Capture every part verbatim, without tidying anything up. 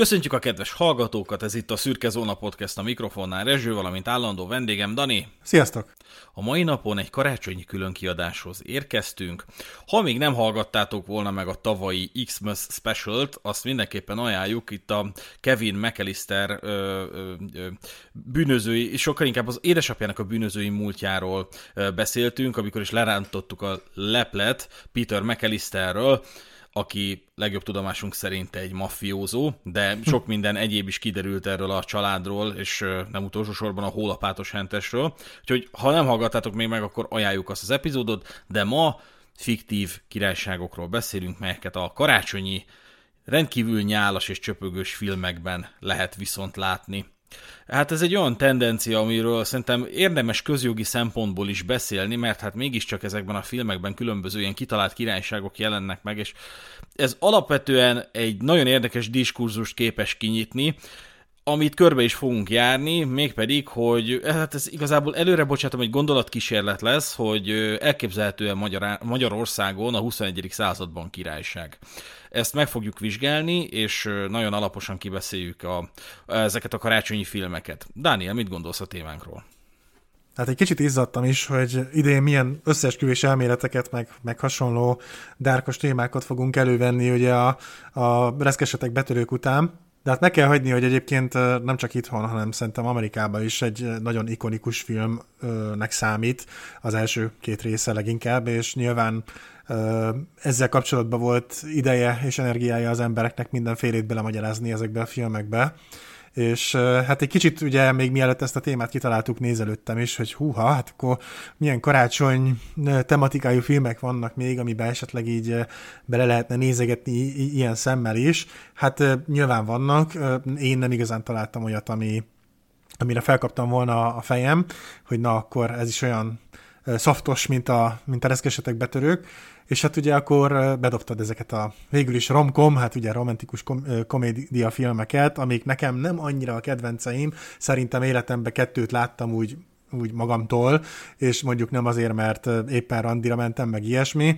Köszöntjük a kedves hallgatókat, ez itt a Szürke Zóna Podcast, a mikrofonnál Rezső, valamint állandó vendégem Dani. Sziasztok! A mai napon egy karácsonyi különkiadáshoz érkeztünk. Ha még nem hallgattátok volna meg a tavalyi Xmas Specialt, azt mindenképpen ajánljuk. Itt a Kevin McAllister ö, ö, ö, bűnözői, sokkal inkább az édesapjának a bűnözői múltjáról ö, beszéltünk, amikor is lerántottuk a leplet Peter McAllisterről, aki legjobb tudomásunk szerint egy maffiózó, de sok minden egyéb is kiderült erről a családról, és nem utolsó sorban a hólapátos hentesről. Úgyhogy ha nem hallgattátok még meg, akkor ajánljuk azt az epizódot, de ma fiktív királyságokról beszélünk, melyeket a karácsonyi rendkívül nyálas és csöpögős filmekben lehet viszont látni. Hát ez egy olyan tendencia, amiről szerintem érdemes közjogi szempontból is beszélni, mert hát mégiscsak ezekben a filmekben különböző ilyen kitalált királyságok jelennek meg, és ez alapvetően egy nagyon érdekes diskurzust képes kinyitni, amit körbe is fogunk járni, mégpedig, hogy hát ez igazából előre bocsátom, egy gondolatkísérlet lesz, hogy elképzelhetően Magyar, Magyarországon a huszonegyedik században királyság. Ezt meg fogjuk vizsgálni, és nagyon alaposan kibeszéljük a, ezeket a karácsonyi filmeket. Dániel, mit gondolsz a témánkról? Hát egy kicsit izzadtam is, hogy idén milyen összeesküvés elméleteket, meg, meg hasonló dárkos témákat fogunk elővenni ugye a, a reszkesetek betörők után. De hát meg kell hagyni, hogy egyébként nem csak itthon, hanem szerintem Amerikában is egy nagyon ikonikus filmnek számít, az első két része leginkább, és nyilván ezzel kapcsolatban volt ideje és energiája az embereknek mindenfélét belemagyarázni ezekbe a filmekbe. És hát egy kicsit ugye még mielőtt ezt a témát kitaláltuk, nézelődtem is, hogy húha, hát akkor milyen karácsony tematikájú filmek vannak még, amiben esetleg így bele lehetne nézegetni ilyen szemmel is. Hát nyilván vannak, én nem igazán találtam olyat, ami, amire felkaptam volna a fejem, hogy na akkor ez is olyan szaftos, mint a, mint a reszkesetek betörők, és hát ugye akkor bedobtad ezeket a végül is rom-com, hát ugye romantikus kom- komédia filmeket, amik nekem nem annyira a kedvenceim, szerintem életemben kettőt láttam úgy, úgy magamtól, és mondjuk nem azért, mert éppen randira mentem, meg ilyesmi.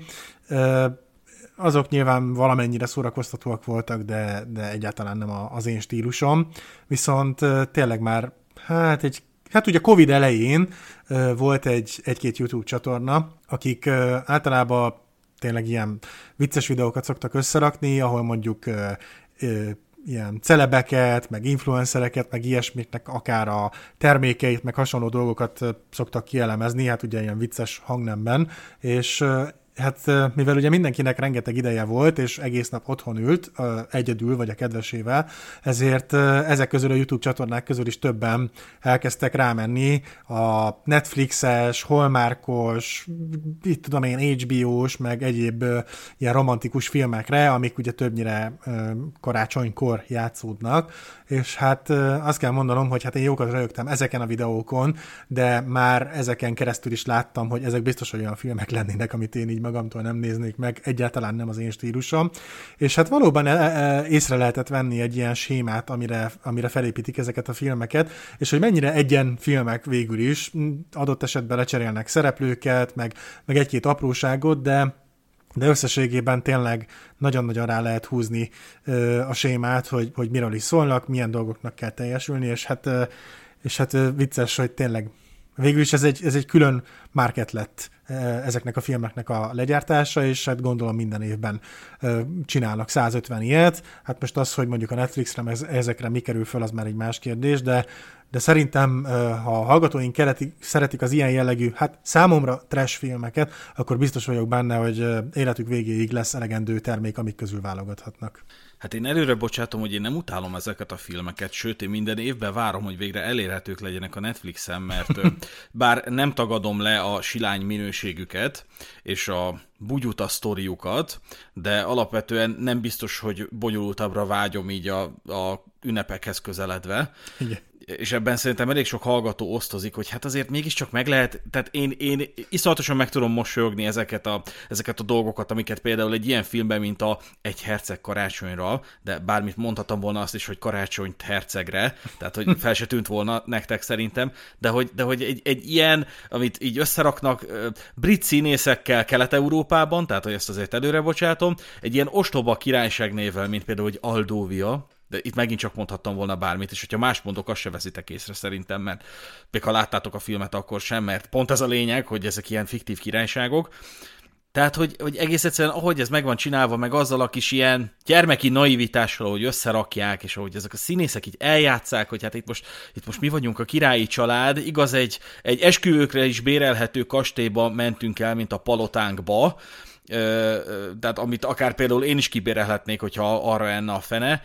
Azok nyilván valamennyire szórakoztatóak voltak, de, de egyáltalán nem az én stílusom, viszont tényleg már, hát egy Hát ugye Covid elején uh, volt egy, egy-két YouTube csatorna, akik uh, általában tényleg ilyen vicces videókat szoktak összerakni, ahol mondjuk uh, uh, ilyen celebeket, meg influencereket, meg ilyesmiknek akár a termékeit, meg hasonló dolgokat uh, szoktak kielemezni, hát ugye ilyen vicces hangnemben, és uh, hát mivel ugye mindenkinek rengeteg ideje volt, és egész nap otthon ült, egyedül vagy a kedvesével, ezért ezek közül a YouTube csatornák közül is többen elkezdtek rámenni a Netflixes, Hallmarkos, itt tudom én, há bé ó-s, meg egyéb ilyen romantikus filmekre, amik ugye többnyire karácsonykor játszódnak, és hát azt kell mondanom, hogy hát én jókat röhögtem ezeken a videókon, de már ezeken keresztül is láttam, hogy ezek biztos olyan filmek lennének, amit én így magamtól nem néznék meg, egyáltalán nem az én stílusom, és hát valóban észre lehetett venni egy ilyen sémát, amire, amire felépítik ezeket a filmeket, és hogy mennyire egyen filmek végül is, adott esetben lecserélnek szereplőket, meg, meg egy-két apróságot, de de összességében tényleg nagyon-nagyon rá lehet húzni ö, a sémát, hogy, hogy miről is szólnak, milyen dolgoknak kell teljesülni, és hát, ö, és hát ö, vicces, hogy tényleg végül is ez egy, ez egy külön market lett ezeknek a filmeknek a legyártása, és hát gondolom minden évben csinálnak százötven ilyet. Hát most az, hogy mondjuk a Netflixre ezekre mi kerül föl, az már egy más kérdés, de, de szerintem, ha a hallgatóink keleti, szeretik az ilyen jellegű, hát számomra trash filmeket, akkor biztos vagyok benne, hogy életük végéig lesz elegendő termék, amik közül válogathatnak. Hát én előre bocsátom, hogy én nem utálom ezeket a filmeket, sőt, én minden évben várom, hogy végre elérhetők legyenek a Netflixen, mert bár nem tagadom le a silány minőségüket és a bugyuta sztoriukat, de alapvetően nem biztos, hogy bonyolultabbra vágyom így a, a ünnepekhez közeledve. Igen. És ebben szerintem elég sok hallgató osztozik, hogy hát azért mégiscsak meg lehet, tehát én, én iszonyatosan meg tudom mosolyogni ezeket a, ezeket a dolgokat, amiket például egy ilyen filmben, mint a Egy herceg karácsonyra, de bármit mondhatom volna azt is, hogy karácsonyt hercegre, tehát hogy fel se tűnt volna nektek szerintem, de hogy, de hogy egy, egy ilyen, amit így összeraknak brit színészekkel Kelet-Európában, tehát hogy ezt azért előre bocsátom, egy ilyen ostoba királyság névvel, mint például hogy Aldóvia, de itt megint csak mondhattam volna bármit, és hogyha más mondok, azt se veszitek észre szerintem, mert még ha láttátok a filmet, akkor sem, mert pont ez a lényeg, hogy ezek ilyen fiktív királyságok. Tehát, hogy, hogy egész egyszerűen, ahogy ez meg van csinálva, meg azzal a kis ilyen gyermeki naivitással, hogy összerakják, és ahogy ezek a színészek így eljátszák, hogy hát itt most, itt most mi vagyunk a királyi család, igaz, egy, egy esküvőkre is bérelhető kastélyba mentünk el, mint a palotánkba, tehát amit akár például én is kibérelhetnék, hogyha arra enne a fene.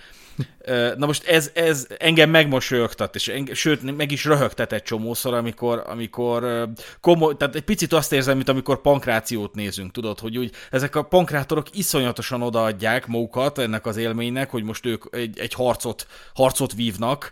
Na most ez, ez engem megmosolyogtat, és enge, sőt, meg is röhögtet egy csomószor, amikor, amikor komoly, tehát egy picit azt érzem, mint amikor pankrációt nézünk, tudod, hogy úgy ezek a pankrátorok iszonyatosan odaadják magukat ennek az élménynek, hogy most ők egy, egy harcot, harcot vívnak,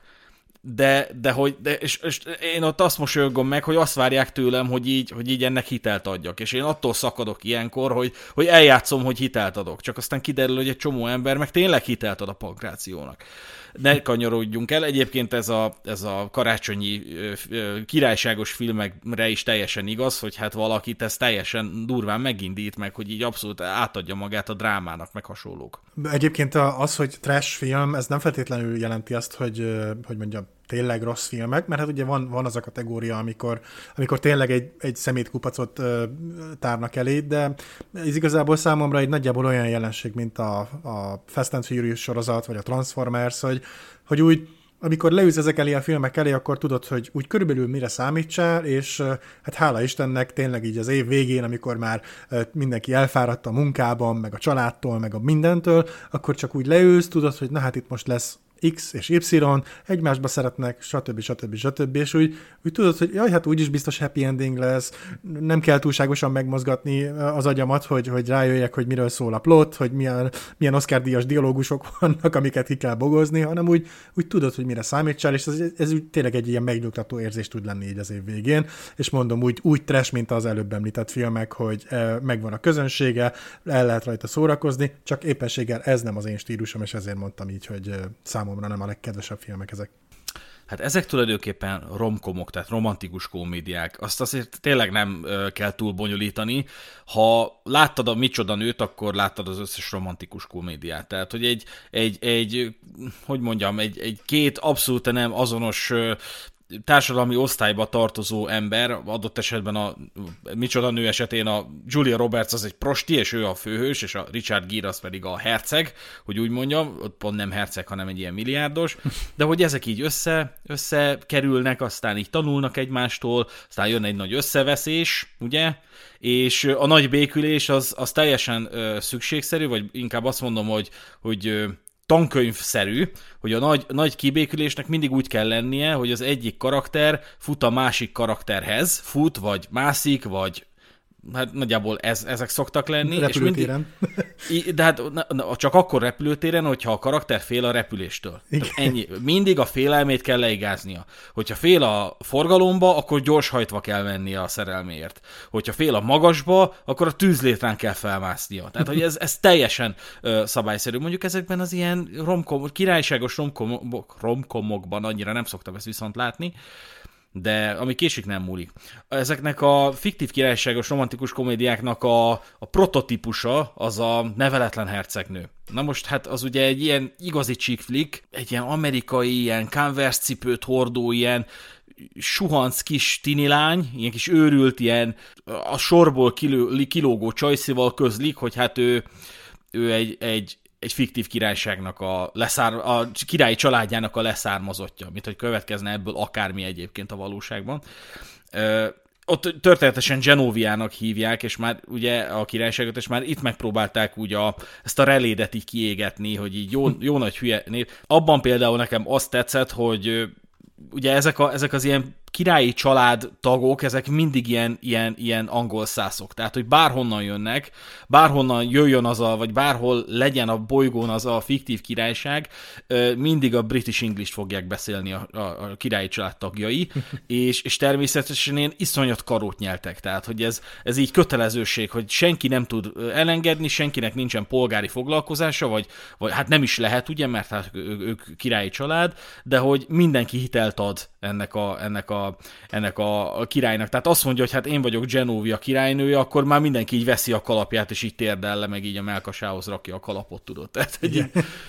de, de hogy, de, és, és én ott azt mosolyogom meg, hogy azt várják tőlem, hogy így, hogy így ennek hitelt adjak, és én attól szakadok ilyenkor, hogy, hogy eljátszom, hogy hitelt adok, csak aztán kiderül, hogy egy csomó ember meg tényleg hitelt ad a pankrációnak. Ne kanyarodjunk el, egyébként ez a, ez a karácsonyi ö, ö, királyságos filmekre is teljesen igaz, hogy hát valakit ez teljesen durván megindít meg, hogy így abszolút átadja magát a drámának, meg hasonlók. Egyébként az, hogy trash film, ez nem feltétlenül jelenti azt, hogy, hogy mondjam, tényleg rossz filmek, mert hát ugye van, van az a kategória, amikor, amikor tényleg egy, egy szemétkupacot ö, tárnak elé, de ez igazából számomra egy nagyjából olyan jelenség, mint a, a Fast and Furious sorozat, vagy a Transformers, hogy, hogy úgy, amikor leülsz ezek elé a filmek elé, akkor tudod, hogy úgy körülbelül mire számítsál, és hát hála Istennek tényleg így az év végén, amikor már mindenki elfáradt a munkában, meg a családtól, meg a mindentől, akkor csak úgy leülsz, tudod, hogy na hát itt most lesz X és Y, egymásba szeretnek, stb. stb. stb. És úgy, úgy tudod, hogy jaj, hát úgyis biztos happy ending lesz, nem kell túlságosan megmozgatni az agyamat, hogy, hogy rájöjjek, hogy miről szól a plot, hogy milyen, milyen Oscar-díjas dialógusok vannak, amiket ki kell bogozni, hanem úgy, úgy tudod, hogy mire számítsál, és ez, ez úgy tényleg egy ilyen megnyugtató érzés tud lenni így az év végén, és mondom, úgy, úgy trash, mint az előbb említett filmek, hogy megvan a közönsége, el lehet rajta szórakozni, csak éppenséggel ez nem az én stílusom, és ezért mondtam így, hogy számomra nem a legkedvesebb filmek ezek. Hát ezek tulajdonképpen romkomok, tehát romantikus komédiák. Azt azért tényleg nem ö, kell túl bonyolítani. Ha láttad a Micsoda nőt, akkor láttad az összes romantikus komédiát. Tehát, hogy egy, egy, egy hogy mondjam, egy, egy két abszolút nem azonos ö, társadalmi osztályba tartozó ember, adott esetben a Micsoda nő esetén a Julia Roberts az egy prosti, és ő a főhős, és a Richard Gere az pedig a herceg, hogy úgy mondjam, ott pont nem herceg, hanem egy ilyen milliárdos, de hogy ezek így össze, összekerülnek, aztán így tanulnak egymástól, aztán jön egy nagy összeveszés, ugye, és a nagy békülés az, az teljesen ö, szükségszerű, vagy inkább azt mondom, hogy, hogy ö, tankönyvszerű, hogy a nagy, nagy kibékülésnek mindig úgy kell lennie, hogy az egyik karakter fut a másik karakterhez, fut, vagy mászik, vagy hát nagyjából ez, ezek szoktak lenni. Repülőtéren. És mindig, de hát csak akkor repülőtéren, hogyha a karakter fél a repüléstől. Ennyi. Mindig a félelmét kell leigáznia. Hogyha fél a forgalomba, akkor gyorshajtva kell mennie a szerelméért. Hogyha fél a magasba, akkor a tűzlétrán kell felmásznia. Tehát, hogy ez, ez teljesen uh, szabályszerű. Mondjuk ezekben az ilyen romkom, királyságos romkomok, romkomokban annyira nem szoktam ezt viszont látni, de ami késik nem múlik. Ezeknek a fiktív királyságos romantikus komédiáknak a, a prototípusa az a Neveletlen hercegnő. Na most hát az ugye egy ilyen igazi chick flick, egy ilyen amerikai, ilyen Converse cipőt hordó, ilyen suhanc kis tinilány, ilyen kis őrült, ilyen a sorból kilő, kilógó csajszival közlik, hogy hát ő, ő egy, egy egy fiktív királyságnak a, leszár, a királyi családjának a leszármazottja, mint hogy következne ebből akármi egyébként a valóságban. Ö, ott történetesen Genoviának hívják, és már ugye a királyságot, és már itt megpróbálták úgy a, ezt a relédet így kiégetni, hogy így jó, jó nagy hülye név. Abban például nekem azt tetszett, hogy ugye ezek, a, ezek az ilyen királyi családtagok, ezek mindig ilyen, ilyen, ilyen angol szászok. Tehát, hogy bárhonnan jönnek, bárhonnan jöjjön az a, vagy bárhol legyen a bolygón az a fiktív királyság, mindig a British English fogják beszélni a, a, a királyi családtagjai, és, és természetesen ilyen iszonyat karót nyeltek. Tehát, hogy ez, ez így kötelezőség, hogy senki nem tud elengedni, senkinek nincsen polgári foglalkozása, vagy, vagy hát nem is lehet, ugye, mert hát ők királyi család, de hogy mindenki hitelt ad ennek a, ennek a ennek a, a királynak. Tehát azt mondja, hogy hát én vagyok Genovia királynője, akkor már mindenki így veszi a kalapját, és így térdel le, meg így a mellkasához rakja a kalapot, tudod. Tehát, hogy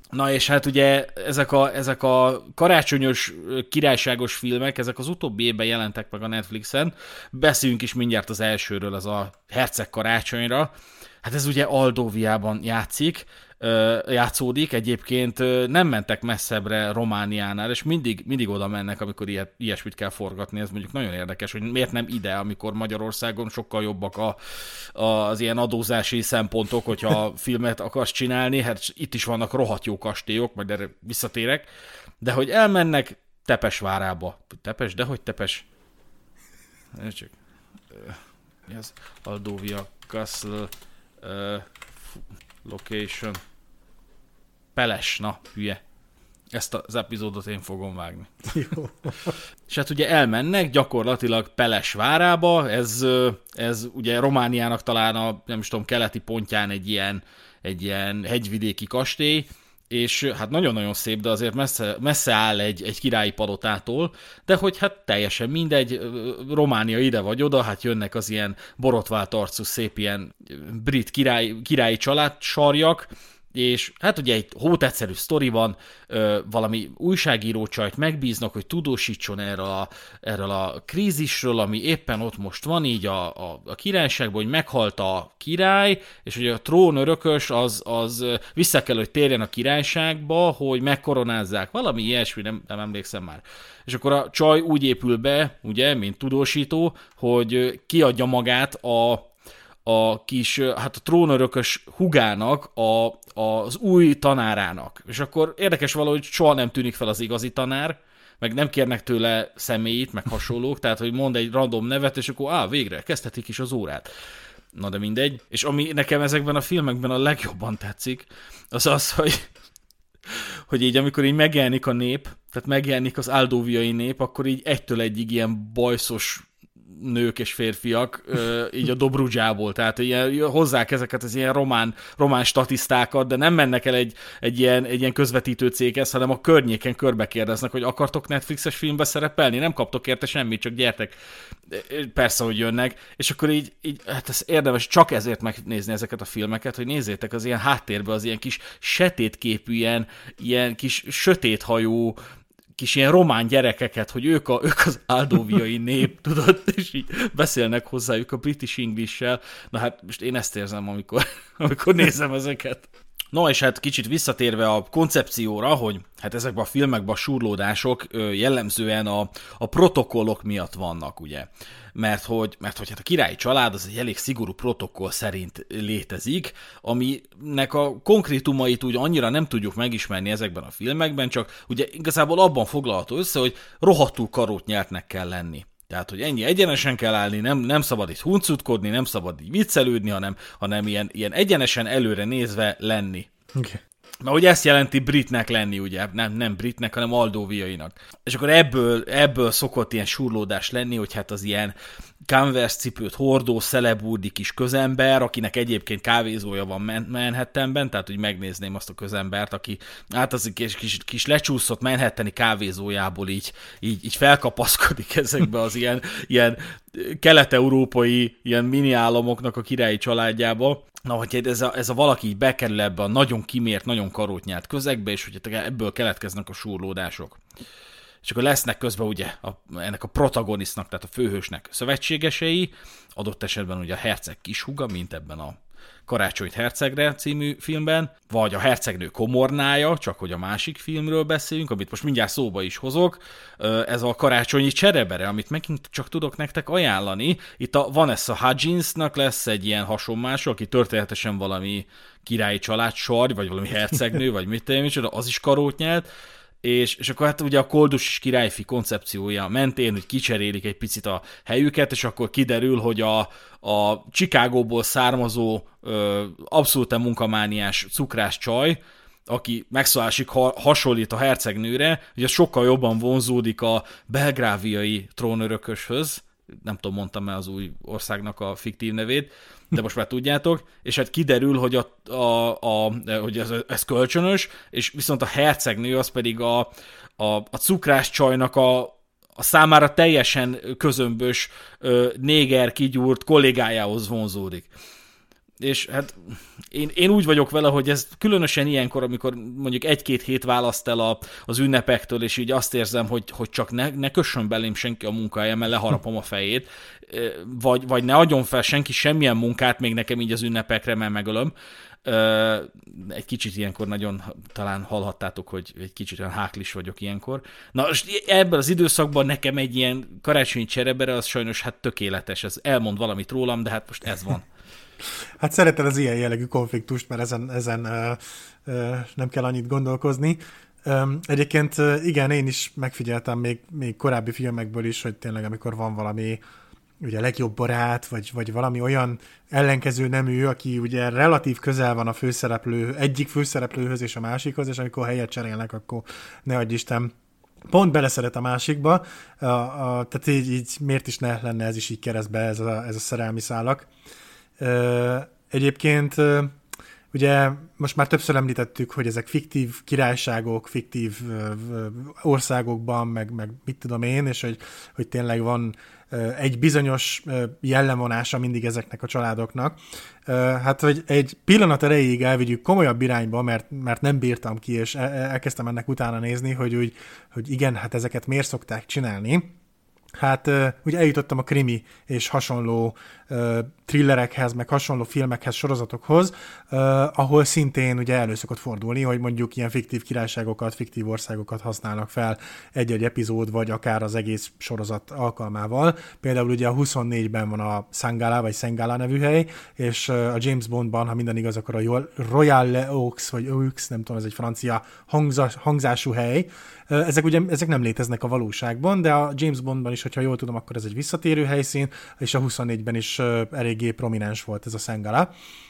Na és hát ugye ezek a, ezek a karácsonyos, királyságos filmek, ezek az utóbbi évben jelentek meg a Netflixen. Beszéljünk is mindjárt az elsőről, az a Herceg karácsonyra. Hát ez ugye Aldóviában játszik, játszódik, egyébként nem mentek messzebbre Romániánál, és mindig, mindig oda mennek, amikor ilyet, ilyesmit kell forgatni. Ez mondjuk nagyon érdekes, hogy miért nem ide, amikor Magyarországon sokkal jobbak a, a, az ilyen adózási szempontok, hogyha filmet akarsz csinálni, hát itt is vannak rohadt jó kastélyok, majd erre visszatérek, de hogy elmennek Tepesvárába. Tepes, de hogy Tepes? Csak, mi az? Aldóvia Castle uh, location Peles, na, hülye. Ezt az epizódot én fogom vágni. Jó. És hát ugye elmennek gyakorlatilag Pelesvárába, ez, ez ugye Romániának talán a, nem is tudom, keleti pontján egy ilyen, egy ilyen hegyvidéki kastély, és hát nagyon-nagyon szép, de azért messze, messze áll egy, egy királyi palotától, de hogy hát teljesen mindegy, Románia ide vagy oda, hát jönnek az ilyen borotvált arcú, szép ilyen brit király, királyi családsarjak, és hát ugye egy hótegyszerű sztori van, ö, valami újságírócsajt megbíznak, hogy tudósítson erről a, erről a krízisről, ami éppen ott most van így a, a, a királyságban, hogy meghalt a király, és hogy a trónörökös az, az vissza kell, hogy térjen a királyságba, hogy megkoronázzák, valami ilyesmi, nem, nem emlékszem már. És akkor a csaj úgy épül be, ugye, mint tudósító, hogy kiadja magát a a kis, hát a trónörökös húgának, a, az új tanárának. És akkor érdekes valahogy soha nem tűnik fel az igazi tanár, meg nem kérnek tőle személyit, meg hasonlók, tehát hogy mond egy random nevet, és akkor á, végre, kezdhetik is az órát. Na de mindegy. És ami nekem ezekben a filmekben a legjobban tetszik, az az, hogy, hogy így amikor így megjelenik a nép, tehát megjelenik az áldóviai nép, akkor így egytől egyig ilyen bajszos nők és férfiak, így a Dobrudzsából, tehát ilyen, hozzák ezeket az ilyen román, román statisztákat, de nem mennek el egy, egy, ilyen, egy ilyen közvetítő céghez, hanem a környéken körbe kérdeznek, hogy akartok Netflixes filmbe szerepelni? Nem kaptok érte semmit, csak gyertek. Persze, hogy jönnek. És akkor így, így hát ez érdemes csak ezért megnézni ezeket a filmeket, hogy nézzétek az ilyen háttérbe, az ilyen kis setétképű, ilyen, ilyen kis sötéthajú, kis ilyen román gyerekeket, hogy ők, a, ők az áldóviai nép, tudod, és így beszélnek hozzájuk a British English-sel. Na hát most én ezt érzem, amikor, amikor nézem ezeket. No, és hát kicsit visszatérve a koncepcióra, hogy hát ezekben a filmekben a surlódások jellemzően a, a protokollok miatt vannak, ugye. Mert hogy, mert hogy hát a királyi család az egy elég szigorú protokoll szerint létezik, aminek a konkrétumait úgy annyira nem tudjuk megismerni ezekben a filmekben, csak ugye igazából abban foglalható össze, hogy rohadtul karótnyeltnek kell lenni. Tehát, hogy ennyi egyenesen kell állni, nem, nem szabad itt huncutkodni, nem szabad így viccelődni, hanem, hanem ilyen, ilyen egyenesen előre nézve lenni. Okay. Mert hogy ezt jelenti britnek lenni, ugye, nem, nem britnek, hanem aldóviainak. És akkor ebből, ebből szokott ilyen surlódás lenni, hogy hát az ilyen Converse cipőt hordó, szelebúrdi kis közember, akinek egyébként kávézója van Manhattanben, tehát hogy megnézném azt a közembert, aki hát az kis, kis, kis lecsúszott manhattani kávézójából így, így, így felkapaszkodik ezekbe az ilyen, ilyen kelet-európai ilyen mini államoknak a királyi családjába. Na, hogy ez a, ez a valaki így bekerül ebbe a nagyon kimért, nagyon karótnyált közegbe, és hogy ebből keletkeznek a surlódások. És akkor lesznek közben ugye a, ennek a protagonisztnak, tehát a főhősnek szövetségesei, adott esetben ugye a herceg kishúga, mint ebben a Karácsonyt hercegre című filmben, vagy a hercegnő komornája, csak hogy a másik filmről beszéljünk, amit most mindjárt szóba is hozok, ez a Karácsonyi cserebere, amit megint csak tudok nektek ajánlani. Itt a Vanessa Hudgens-nak lesz egy ilyen hasonlás, aki történetesen valami királyi családsarj, vagy valami hercegnő, vagy mit tudom, az is karót nyelt, És, és akkor hát ugye a koldus királyfi koncepciója mentén, hogy kicserélik egy picit a helyüket, és akkor kiderül, hogy a, a Chicagóból származó ö, abszolút munkamániás cukrás csaj, aki megszólásig ha, hasonlít a hercegnőre, ugye sokkal jobban vonzódik a belgráviai trónörököshöz, nem tudom, mondtam-e az új országnak a fiktív nevét, de most már tudjátok, és hát kiderül, hogy, a, a, a, hogy ez, ez kölcsönös, és viszont a hercegnő az pedig a, a, a cukrás csajnak a, a számára teljesen közömbös néger kigyúrt kollégájához vonzódik. És hát én, én úgy vagyok vele, hogy ez különösen ilyenkor, amikor mondjuk egy-két hét választ el a, az ünnepektől, és így azt érzem, hogy, hogy csak ne, ne kössön belém senki a munkája, mert leharapom a fejét, vagy, vagy ne adjon fel senki semmilyen munkát még nekem így az ünnepekre, mert megölöm. Egy kicsit ilyenkor nagyon, talán hallhattátok, hogy egy kicsit olyan háklis vagyok ilyenkor. Na, most ebben az időszakban nekem egy ilyen karácsonyi cserebere, az sajnos hát tökéletes. Ez elmond valamit rólam, de hát most ez van. Hát szeretem az ilyen jellegű konfliktust, mert ezen, ezen ö, ö, nem kell annyit gondolkozni. Ö, egyébként igen, én is megfigyeltem még, még korábbi filmekből is, hogy tényleg amikor van valami ugye legjobb barát, vagy, vagy valami olyan ellenkező nemű, aki ugye relatív közel van a főszereplő, egyik főszereplőhöz és a másikhoz, és amikor helyet cserélnek, akkor ne adj Isten, pont beleszeret a másikba, a, a, tehát így, így miért is ne lenne ez is így keresztbe, ez a, ez a szerelmi szálak. Ö, egyébként ugye most már többször említettük, hogy ezek fiktív királyságok, fiktív ö, ö, országokban, meg, meg mit tudom én, és hogy, hogy tényleg van ö, egy bizonyos ö, jellemvonása mindig ezeknek a családoknak. Ö, hát, hogy egy pillanat erejéig elvigyük komolyabb irányba, mert, mert nem bírtam ki, és el, elkezdtem ennek utána nézni, hogy, úgy, hogy igen, hát ezeket miért szokták csinálni. Hát ugye eljutottam a krimi és hasonló uh, thrillerekhez, meg hasonló filmekhez, sorozatokhoz, uh, ahol szintén ugye elő szokott fordulni, hogy mondjuk ilyen fiktív királyságokat, fiktív országokat használnak fel egy-egy epizód, vagy akár az egész sorozat alkalmával. Például ugye a huszonnégyben van a Sangala, vagy Sengala nevű hely, és uh, a James Bondban, ha minden igaz, akkor a Royal Oaks, vagy Oaks, nem tudom, ez egy francia hangzás, hangzású hely. Uh, ezek ugye ezek nem léteznek a valóságban, de a James Bondban is, hogyha jól tudom, akkor ez egy visszatérő helyszín, és a huszonnégyben is uh, eléggé prominens volt ez a Sangala.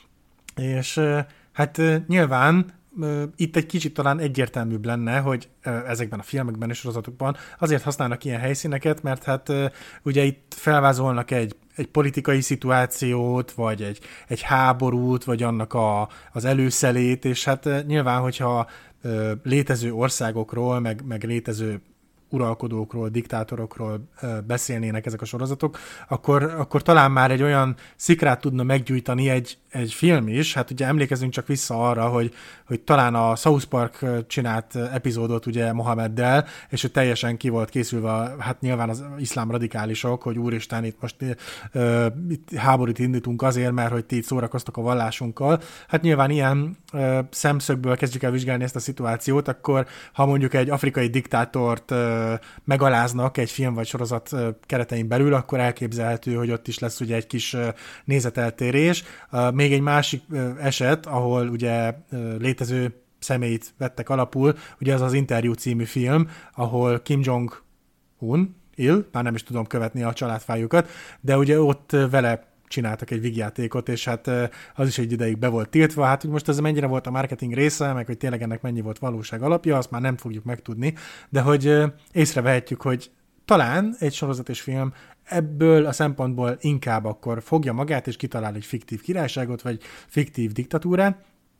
És uh, hát uh, nyilván uh, itt egy kicsit talán egyértelműbb lenne, hogy uh, ezekben a filmekben és sorozatokban azért használnak ilyen helyszíneket, mert hát uh, ugye itt felvázolnak egy egy politikai szituációt, vagy egy, egy háborút, vagy annak a, az előszelét, és hát uh, nyilván, hogyha uh, létező országokról, meg, meg létező uralkodókról, diktátorokról beszélnének ezek a sorozatok, akkor, akkor talán már egy olyan szikrát tudna meggyújtani egy, egy film is. Hát ugye emlékezünk csak vissza arra, hogy, hogy talán a South Park csinált epizódot ugye Mohameddel, és hogy teljesen ki volt készülve, hát nyilván az iszlám radikálisok, hogy úristen, itt most uh, itt háborút indítunk azért, mert hogy ti itt szórakoztok a vallásunkkal. Hát nyilván ilyen uh, szemszögből kezdjük el vizsgálni ezt a szituációt, akkor ha mondjuk egy afrikai diktátort uh, megaláznak egy film vagy sorozat keretein belül, akkor elképzelhető, hogy ott is lesz ugye egy kis nézeteltérés. Még egy másik eset, ahol ugye létező személyt vettek alapul, ugye az az Interview című film, ahol Kim Jong-un, il, már nem is tudom követni a családfájukat, de ugye ott vele csináltak egy vígjátékot, és hát az is egy ideig be volt tiltva. Hát, hogy most ez mennyire volt a marketing része, meg hogy tényleg ennek mennyi volt valóság alapja, azt már nem fogjuk megtudni, de hogy észrevehetjük, hogy talán egy sorozat és film ebből a szempontból inkább akkor fogja magát, és kitalál egy fiktív királyságot, vagy fiktív diktatúrát,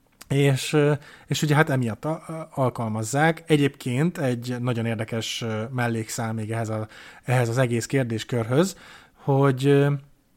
és, és ugye hát emiatt alkalmazzák. Egyébként egy nagyon érdekes mellékszál még ehhez, a, ehhez az egész kérdéskörhöz, hogy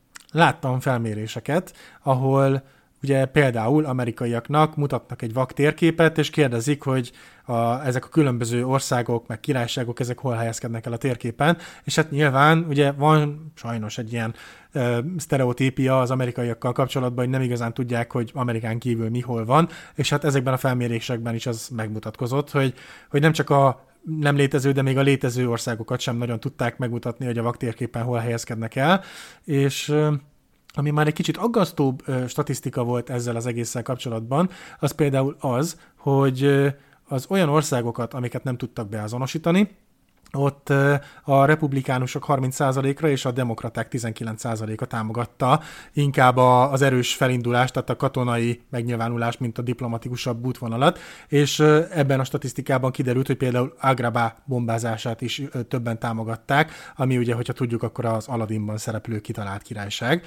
láttam felméréseket, ahol ugye például amerikaiaknak mutatnak egy vak térképet, és kérdezik, hogy a, ezek a különböző országok, meg királyságok, ezek hol helyezkednek el a térképen, és hát nyilván ugye van sajnos egy ilyen ö, sztereotípia az amerikaiakkal kapcsolatban, hogy nem igazán tudják, hogy Amerikán kívül mi hol van, és hát ezekben a felmérésekben is az megmutatkozott, hogy, hogy nem csak a nem létező, de még a létező országokat sem nagyon tudták megmutatni, hogy a vaktérképen hol helyezkednek el, és ami már egy kicsit aggasztóbb statisztika volt ezzel az egésszel kapcsolatban, az például az, hogy az olyan országokat, amiket nem tudtak beazonosítani, ott a republikánusok harminc százalékra és a demokraták tizenkilenc százaléka támogatta inkább az erős felindulást, tehát a katonai megnyilvánulást, mint a diplomatikusabb útvonalat, és ebben a statisztikában kiderült, hogy például Agrabah bombázását is többen támogatták, ami ugye, hogyha tudjuk, akkor az Aladdinban szereplő kitalált királyság.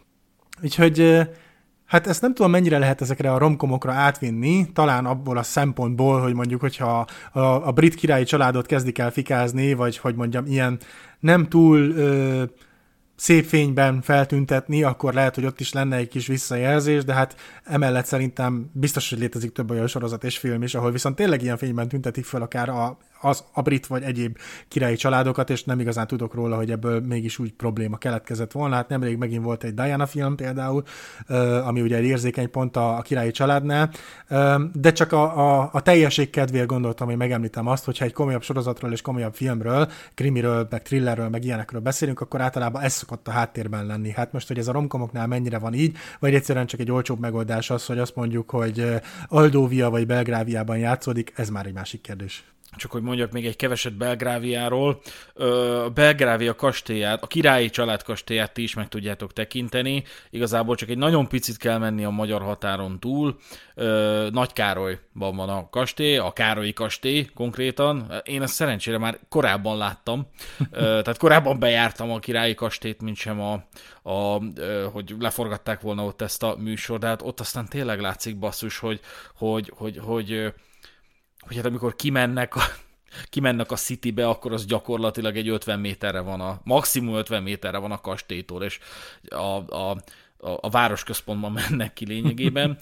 Úgyhogy hát ezt nem tudom, mennyire lehet ezekre a romkomokra átvinni, talán abból a szempontból, hogy mondjuk, hogyha a, a brit királyi családot kezdik el fikázni, vagy hogy mondjam, ilyen nem túl ö, szép fényben feltüntetni, akkor lehet, hogy ott is lenne egy kis visszajelzés, de hát emellett szerintem biztos, hogy létezik több olyan sorozat és film is, ahol viszont tényleg ilyen fényben tüntetik fel akár a, az, a brit vagy egyéb királyi családokat, és nem igazán tudok róla, hogy ebből mégis úgy probléma keletkezett volna. Hát nemrég megint volt egy Diana film például, ami ugye egy érzékeny pont a, a királyi családnál, de csak a, a, a teljesség kedvéért gondoltam, hogy megemlítem azt, hogyha egy komolyabb sorozatról és komolyabb filmről, krimiről, meg thrillerről, meg ilyenekről beszélünk, akkor általában ez szokott a háttérben lenni. Hát most, hogy ez a romkomoknál mennyire van így, vagy egyszerűen csak egy olcsóbb megoldás az, hogy azt mondjuk, hogy Aldóvia vagy Belgráviában játszódik, ez már egy másik kérdés. Csak hogy mondjak még egy keveset Belgráviáról. A Belgrávia kastélyát, a királyi család kastélyát ti is meg tudjátok tekinteni. Igazából csak egy nagyon picit kell menni a magyar határon túl. Nagykárolyban van a kastély, a Károlyi kastély konkrétan. Én ezt szerencsére már korábban láttam. Tehát korábban bejártam a királyi kastélyt, mint sem a, a, hogy leforgatták volna ott ezt a műsor, de hát ott aztán tényleg látszik basszus, hogy, hogy, hogy, hogy hogy hát amikor kimennek a, kimennek a Citybe, akkor az gyakorlatilag egy ötven méterre van a, maximum ötven méterre van a kastélytól, és a, a, a, a városközpontban mennek ki lényegében.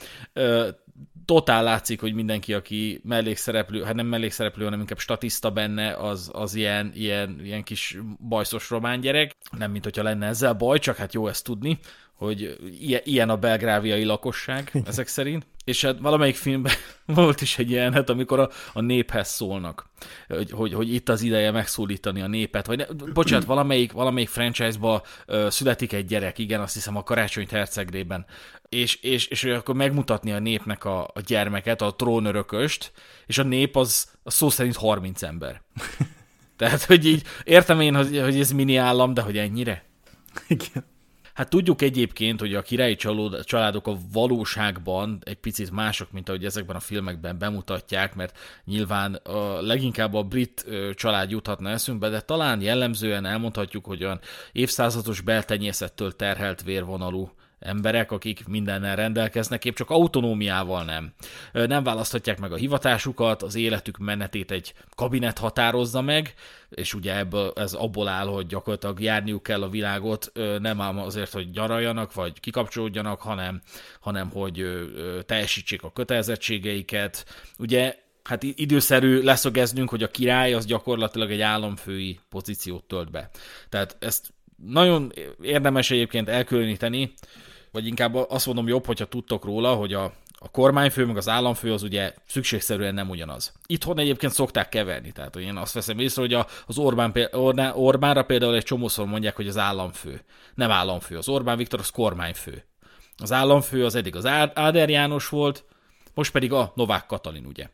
Totál látszik, hogy mindenki, aki mellékszereplő, hát nem mellékszereplő, hanem inkább statiszta benne, az, az ilyen, ilyen, ilyen kis bajszos román gyerek. Nem, mint hogyha lenne ezzel baj, csak hát jó ezt tudni, hogy ilyen a belgráviai lakosság ezek szerint. És hát valamelyik filmben volt is egy jelenet, amikor a, a néphez szólnak, hogy, hogy, hogy itt az ideje megszólítani a népet. Vagy ne, bocsánat, valamelyik, valamelyik franchise-ba uh, születik egy gyerek, igen, azt hiszem a Karácsonyt hercegrében, és, és, és akkor megmutatni a népnek a, a gyermeket, a trónörököst, és a nép az, az szó szerint harminc ember. Tehát, hogy így értem én, hogy, hogy ez mini állam, de hogy ennyire? Igen. Hát tudjuk egyébként, hogy a királyi családok a valóságban egy picit mások, mint ahogy ezekben a filmekben bemutatják, mert nyilván a, leginkább a brit család juthatna eszünkbe, de talán jellemzően elmondhatjuk, hogy olyan évszázados beltenyészettől terhelt vérvonalú emberek, akik mindennel rendelkeznek, épp csak autonómiával nem. Nem választhatják meg a hivatásukat, az életük menetét egy kabinet határozza meg, és ugye ebből, ez abból áll, hogy gyakorlatilag járniuk kell a világot, nem ám azért, hogy gyaraljanak, vagy kikapcsolódjanak, hanem, hanem hogy teljesítsék a kötelezettségeiket. Ugye hát időszerű leszögeznünk, hogy a király az gyakorlatilag egy államfői pozíciót tölt be. Tehát ezt nagyon érdemes egyébként elkülöníteni, vagy inkább azt mondom jobb, hogyha tudtok róla, hogy a, a kormányfő meg az államfő az ugye szükségszerűen nem ugyanaz. Itthon egyébként szokták keverni, tehát hogy én azt veszem észre, hogy a, az Orbán, Orbán, Orbánra például egy csomószor mondják, hogy az államfő. Nem államfő, az Orbán Viktor az kormányfő. Az államfő az eddig az Áder János volt, most pedig a Novák Katalin, ugye.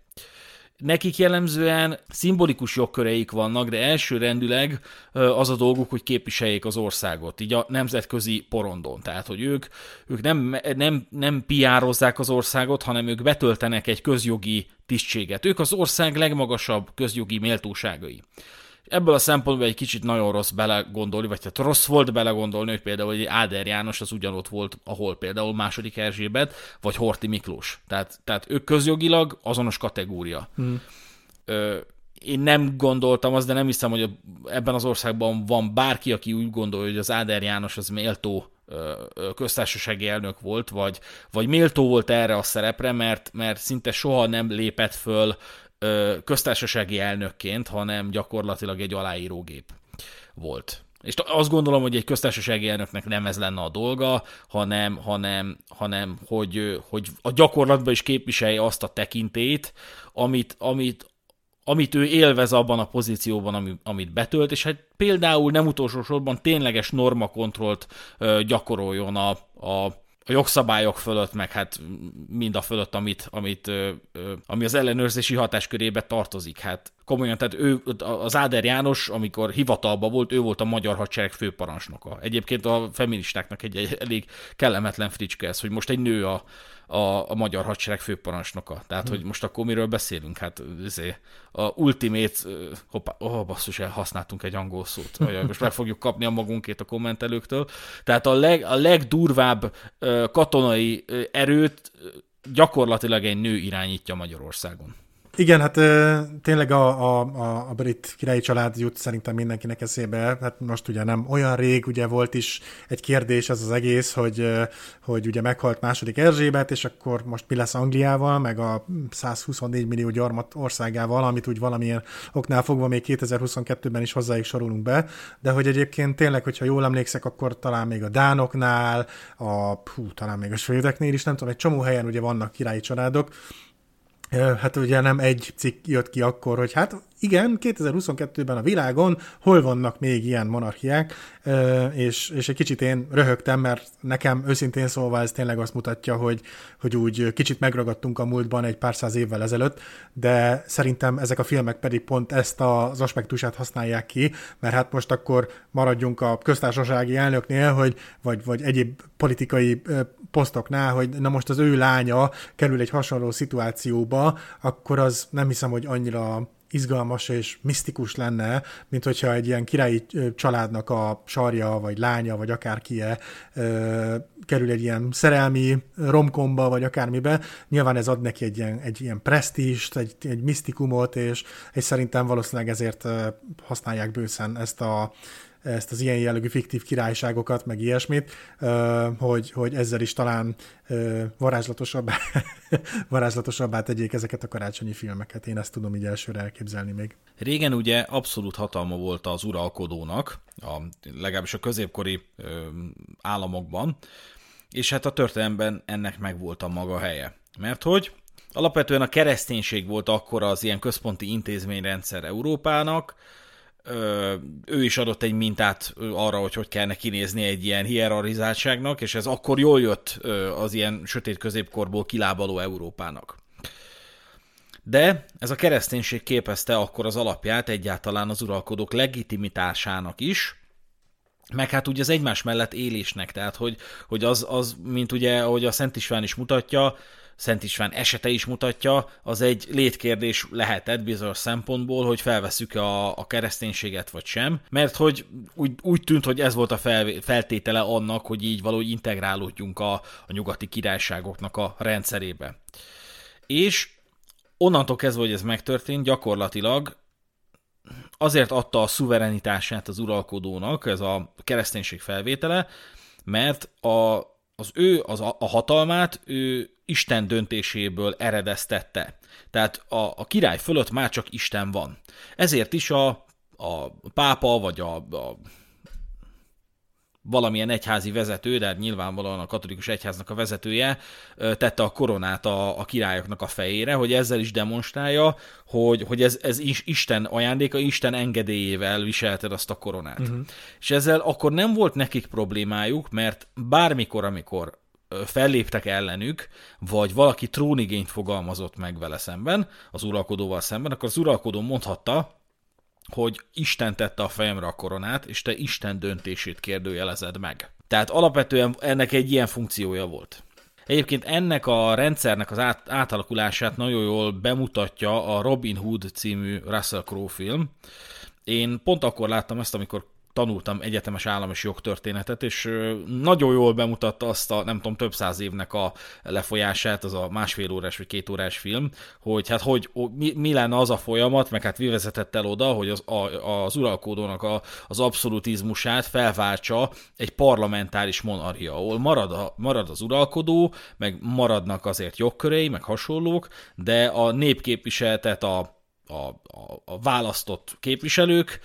Nekik jellemzően szimbolikus jogköreik vannak, de elsőrendűleg az a dolguk, hogy képviseljék az országot, így a nemzetközi porondon. Tehát, hogy ők, ők nem, nem, nem piározzák az országot, hanem ők betöltenek egy közjogi tisztséget. Ők az ország legmagasabb közjogi méltóságai. Ebből a szempontból egy kicsit nagyon rossz belegondolni, vagy tehát rossz volt belegondolni, hogy például egy Áder János az ugyanott volt, ahol például második Erzsébet, vagy Horthy Miklós. Tehát, tehát ők közjogilag azonos kategória. Hmm. Ö, én nem gondoltam azt, de nem hiszem, hogy ebben az országban van bárki, aki úgy gondolja, hogy az Áder János az méltó köztársasági elnök volt, vagy, vagy méltó volt erre a szerepre, mert, mert szinte soha nem lépett föl köztársasági elnökként, hanem gyakorlatilag egy aláírógép volt. És azt gondolom, hogy egy köztársasági elnöknek nem ez lenne a dolga, hanem, hanem, hanem hogy, hogy a gyakorlatban is képviselje azt a tekintét, amit, amit, amit ő élvez abban a pozícióban, ami, amit betölt, és hát például nem utolsó sorban tényleges normakontrollt gyakoroljon a, a a jogszabályok fölött, meg hát mind a fölött, amit, amit, ö, ö, ami az ellenőrzési hatáskörébe tartozik. Hát komolyan, tehát ő, az Áder János, amikor hivatalban volt, ő volt a magyar hadsereg főparancsnoka. Egyébként a feministáknak egy, egy elég kellemetlen fricske ez, hogy most egy nő a, a, a magyar hadsereg főparancsnoka. Tehát, hmm. hogy most akkor miről beszélünk? Hát azért a ultimate, hoppá, oh, basszus, elhasználtunk egy angol szót. Most meg fogjuk kapni a magunkét a kommentelőktől. Tehát a, leg, a legdurvább katonai erőt gyakorlatilag egy nő irányítja Magyarországon. Igen, hát tényleg a, a, a, a brit királyi család jut szerintem mindenkinek eszébe. Hát most ugye nem olyan rég, ugye volt is egy kérdés az az egész, hogy, hogy ugye meghalt második Erzsébet, és akkor most mi lesz Angliával, meg a százhuszonnégy millió gyarmat országával, amit úgy valamilyen oknál fogva még kétezer-huszonkettőben is hozzájuk sorolunk be, de hogy egyébként tényleg, hogyha jól emlékszek, akkor talán még a dánoknál, a, hú, talán még a svédeknél is, nem tudom, egy csomó helyen ugye vannak királyi családok. Hát ugye nem egy cikk jött ki akkor, hogy hát igen, kétezer-huszonkettőben a világon hol vannak még ilyen monarchiák, és, és egy kicsit én röhögtem, mert nekem őszintén szólva ez tényleg azt mutatja, hogy, hogy úgy kicsit megragadtunk a múltban egy pár száz évvel ezelőtt, de szerintem ezek a filmek pedig pont ezt az aspektusát használják ki, mert hát most akkor maradjunk a köztársasági elnöknél, hogy, vagy, vagy egyéb politikai posztoknál, hogy na most az ő lánya kerül egy hasonló szituációba, akkor az nem hiszem, hogy annyira izgalmas és misztikus lenne, mint hogyha egy ilyen királyi családnak a sarja, vagy lánya, vagy akárkie kerül egy ilyen szerelmi romkomba, vagy akármibe. Nyilván ez ad neki egy ilyen, egy ilyen presztízst, egy, egy misztikumot, és, és szerintem valószínűleg ezért használják bőszen ezt a ezt az ilyen jellegű fiktív királyságokat, meg ilyesmit, hogy, hogy ezzel is talán varázslatosabbá, varázslatosabbá tegyék ezeket a karácsonyi filmeket. Én ezt tudom így elsőre elképzelni még. Régen ugye abszolút hatalma volt az uralkodónak, a, legalábbis a középkori ö, államokban, és hát a történelemben ennek megvolt a maga helye. Mert hogy alapvetően a kereszténység volt akkor az ilyen központi intézményrendszer Európának, ő is adott egy mintát arra, hogy hogy kellene kinézni egy ilyen hierarchizáltságnak, és ez akkor jól jött az ilyen sötét középkorból kilábaló Európának. De ez a kereszténység képezte akkor az alapját egyáltalán az uralkodók legitimitásának is, meg hát ugye az egymás mellett élésnek, tehát hogy, hogy az, az, mint ugye, ahogy a Szent István is mutatja, Szent István esete is mutatja, az egy létkérdés lehetett bizonyos szempontból, hogy felvesszük a, a kereszténységet vagy sem, mert hogy úgy, úgy tűnt, hogy ez volt a fel, feltétele annak, hogy így valahogy integrálódjunk a, a nyugati királyságoknak a rendszerébe. És onnantól kezdve, hogy ez megtörtént, gyakorlatilag azért adta a szuverenitását az uralkodónak, ez a kereszténység felvétele, mert a, az ő az a, a hatalmát ő Isten döntéséből eredeztette. Tehát a, a király fölött már csak Isten van. Ezért is a, a pápa, vagy a, a valamilyen egyházi vezető, de nyilvánvalóan a katolikus egyháznak a vezetője tette a koronát a, a királyoknak a fejére, hogy ezzel is demonstrálja, hogy, hogy ez, ez is Isten ajándéka, Isten engedélyével viselted azt a koronát. Uh-huh. És ezzel akkor nem volt nekik problémájuk, mert bármikor, amikor felléptek ellenük, vagy valaki trónigényt fogalmazott meg vele szemben, az uralkodóval szemben, akkor az uralkodó mondhatta, hogy Isten tette a fejemre a koronát, és te Isten döntését kérdőjelezed meg. Tehát alapvetően ennek egy ilyen funkciója volt. Egyébként ennek a rendszernek az át, átalakulását nagyon jól bemutatja a Robin Hood című Russell Crowe film. Én pont akkor láttam ezt, amikor tanultam egyetemes állam és jogtörténetet, és nagyon jól bemutatta azt a, nem tudom, több száz évnek a lefolyását, az a másfél órás vagy két órás film, hogy hát hogy mi, mi lenne az a folyamat, meg hát mi vezetett el oda, hogy az, a, az uralkodónak a, az abszolutizmusát felváltsa egy parlamentáris monarchia, ahol marad, a, marad az uralkodó, meg maradnak azért jogkörei, meg hasonlók, de a népképviseletet a, a, a, a választott képviselők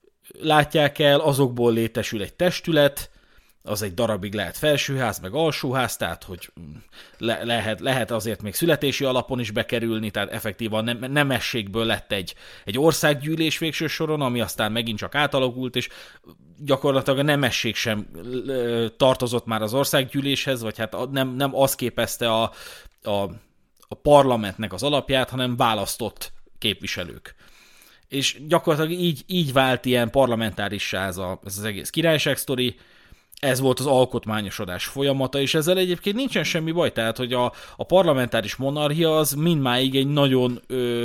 látják el, azokból létesül egy testület, az egy darabig lehet felsőház, meg alsóház, tehát hogy le, lehet, lehet azért még születési alapon is bekerülni, tehát effektívan nem, nemességből lett egy, egy országgyűlés végső soron, ami aztán megint csak átalakult, és gyakorlatilag a nemesség sem tartozott már az országgyűléshez, vagy hát nem, nem az képezte a, a, a parlamentnek az alapját, hanem választott képviselők. És gyakorlatilag így, így vált ilyen parlamentárissá ez, a, ez az egész királyság sztori, ez volt az alkotmányosodás folyamata, és ezzel egyébként nincsen semmi baj, tehát hogy a, a parlamentáris monarchia az mindmáig egy nagyon ö,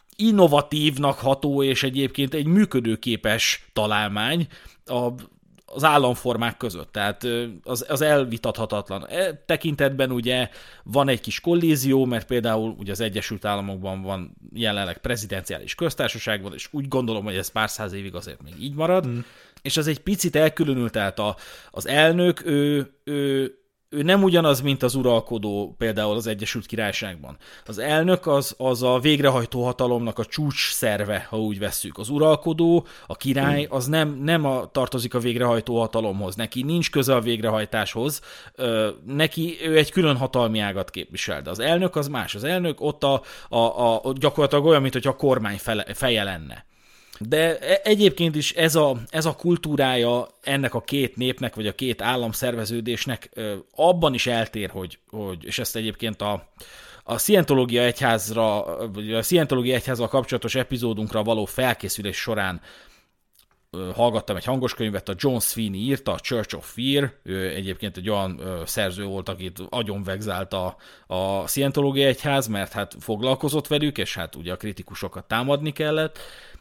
innovatívnak ható, és egyébként egy működőképes találmány. A, az államformák között, tehát az, az elvitathatatlan. E tekintetben ugye van egy kis kollízió, mert például ugye az Egyesült Államokban van jelenleg prezidenciális köztársaság van, és úgy gondolom, hogy ez pár száz évig azért még így marad, mm. és az egy picit elkülönült, tehát a, az elnök, ő, ő ő nem ugyanaz, mint az uralkodó például az Egyesült Királyságban. Az elnök az, az a végrehajtó hatalomnak a csúcs szerve, ha úgy vesszük. Az uralkodó, a király, az nem, nem a, tartozik a végrehajtó hatalomhoz. Neki nincs köze a végrehajtáshoz. Ö, neki ő egy külön hatalmi ágat képvisel. De az elnök az más. Az elnök ott a, a, a, gyakorlatilag olyan, mint hogy a kormány fele, feje lenne. De egyébként is ez a, ez a kultúrája ennek a két népnek, vagy a két államszerveződésnek abban is eltér, hogy, hogy és ezt egyébként a, a Scientológia egyházra, vagy a Scientológia egyházzal kapcsolatos epizódunkra való felkészülés során hallgattam egy hangos könyvet, a John Sweeney írta, a Church of Fear, ő egyébként egy olyan szerző volt, akit agyonvegzált a, a Scientológia egyház, mert hát foglalkozott velük, és hát ugye a kritikusokat támadni kellett,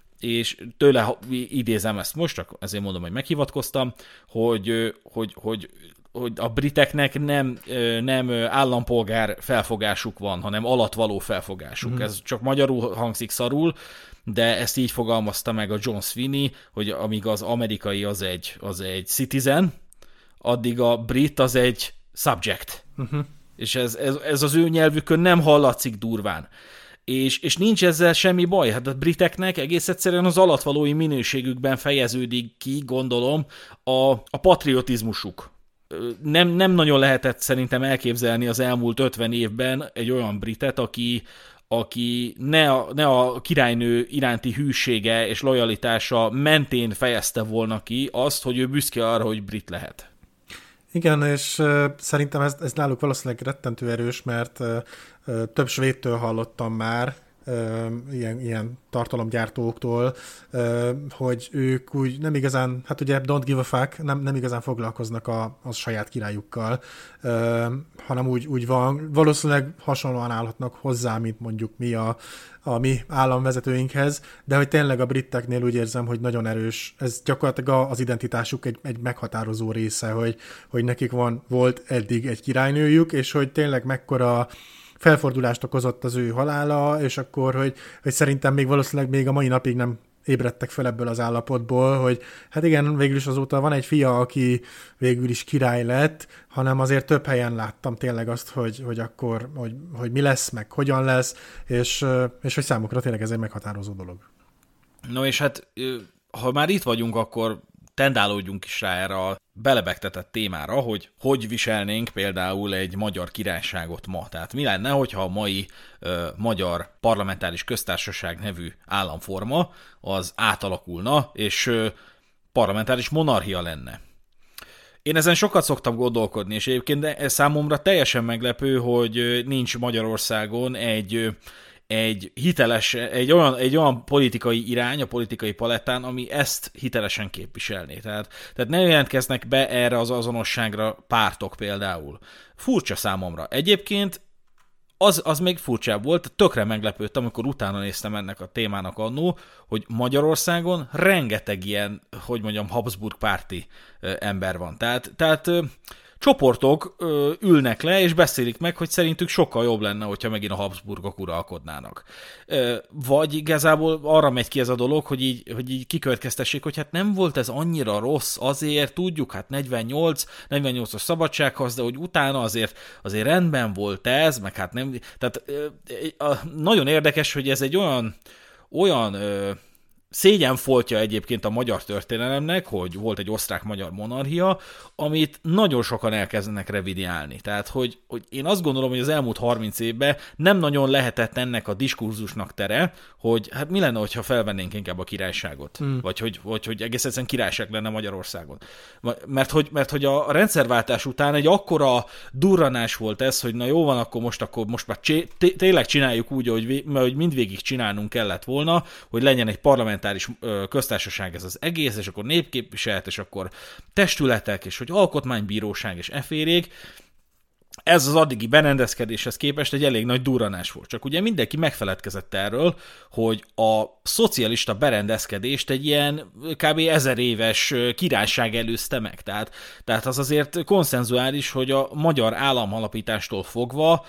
és tőle idézem ezt most, csak ezért mondom, hogy meghivatkoztam, hogy, hogy, hogy, hogy a briteknek nem, nem állampolgár felfogásuk van, hanem alatvaló felfogásuk. Mm. Ez csak magyarul hangzik szarul, de ezt így fogalmazta meg a John Sweeney, hogy amíg az amerikai az egy, az egy citizen, addig a brit az egy subject. Uh-huh. És ez, ez, ez az ő nyelvükön nem hallatszik durván. És, és nincs ezzel semmi baj. Hát a briteknek egész egyszerűen az alatvalói minőségükben fejeződik ki, gondolom, a, a patriotizmusuk. Nem, nem nagyon lehetett szerintem elképzelni az elmúlt ötven évben egy olyan britet, aki, aki ne, a, ne a királynő iránti hűsége és lojalitása mentén fejezte volna ki azt, hogy ő büszke arra, hogy brit lehet. Igen, és uh, szerintem ez, ez náluk valószínűleg rettentő erős, mert uh, uh, több svédtől hallottam már, uh, ilyen, ilyen tartalomgyártóktól, uh, hogy ők úgy nem igazán, hát ugye don't give a fuck, nem, nem igazán foglalkoznak a, a saját királyukkal, uh, hanem úgy, úgy van, valószínűleg hasonlóan állhatnak hozzá, mint mondjuk mi a, a mi államvezetőinkhez, de hogy tényleg a briteknél úgy érzem, hogy nagyon erős, ez gyakorlatilag az identitásuk egy, egy meghatározó része, hogy, hogy nekik van, volt eddig egy királynőjük, és hogy tényleg mekkora felfordulást okozott az ő halála, és akkor, hogy, hogy szerintem még valószínűleg még a mai napig nem ébredtek fel ebből az állapotból, hogy hát igen, végül is azóta van egy fia, aki végül is király lett, hanem azért több helyen láttam tényleg azt, hogy, hogy akkor, hogy, hogy mi lesz, meg hogyan lesz, és, és hogy számukra tényleg ez egy meghatározó dolog. No és hát, ha már itt vagyunk, akkor tendálódjunk is rá erre a belebegtetett témára, hogy hogy viselnénk például egy magyar királyságot ma. Tehát mi lenne, hogyha a mai ö, magyar parlamentáris köztársaság nevű államforma az átalakulna, és ö, parlamentáris monarchia lenne. Én ezen sokat szoktam gondolkodni, és egyébként ez számomra teljesen meglepő, hogy nincs Magyarországon egy... egy hiteles, egy olyan, egy olyan politikai irány a politikai palettán, ami ezt hitelesen képviselné. Tehát, tehát ne jelentkeznek be erre az azonosságra pártok például. Furcsa számomra. Egyébként az, az még furcsább volt, tökre meglepődtem, amikor utána néztem ennek a témának annó, hogy Magyarországon rengeteg ilyen, hogy mondjam, Habsburg párti ember van. Tehát, tehát csoportok ö, ülnek le, és beszélik meg, hogy szerintük sokkal jobb lenne, hogyha megint a Habsburgok uralkodnának. Ö, vagy igazából arra megy ki ez a dolog, hogy így, hogy így kikövetkeztessék, hogy hát nem volt ez annyira rossz, azért tudjuk, hát negyvennyolc, negyvennyolcas szabadságharc, de hogy utána azért, azért rendben volt ez, meg hát nem... Tehát ö, ö, nagyon érdekes, hogy ez egy olyan, olyan ö, szégyenfoltja egyébként a magyar történelemnek, hogy volt egy osztrák-magyar monarchia, amit nagyon sokan elkezdenek revidiálni. Tehát, hogy, hogy én azt gondolom, hogy az elmúlt harminc évben nem nagyon lehetett ennek a diskurzusnak tere, hogy hát mi lenne, hogyha felvennénk inkább a királyságot, hmm. vagy, hogy, vagy hogy egész egyszerűen királyság lenne Magyarországon. Mert hogy, mert hogy a rendszerváltás után egy akkora durranás volt ez, hogy na jó van, akkor most, akkor most már c- tényleg csináljuk úgy, hogy, hogy mindvégig csinálnunk kellett volna, hogy legyen egy parlament köztársaság ez az egész, és akkor népképviselet, és akkor testületek, és hogy alkotmánybíróság, és eférék, ez az addigi berendezkedéshez képest egy elég nagy durranás volt. Csak ugye mindenki megfeledkezett erről, hogy a szocialista berendezkedést egy ilyen kb. ezer éves királyság előzte meg. Tehát, tehát az azért konszenzuális, hogy a magyar államalapítástól fogva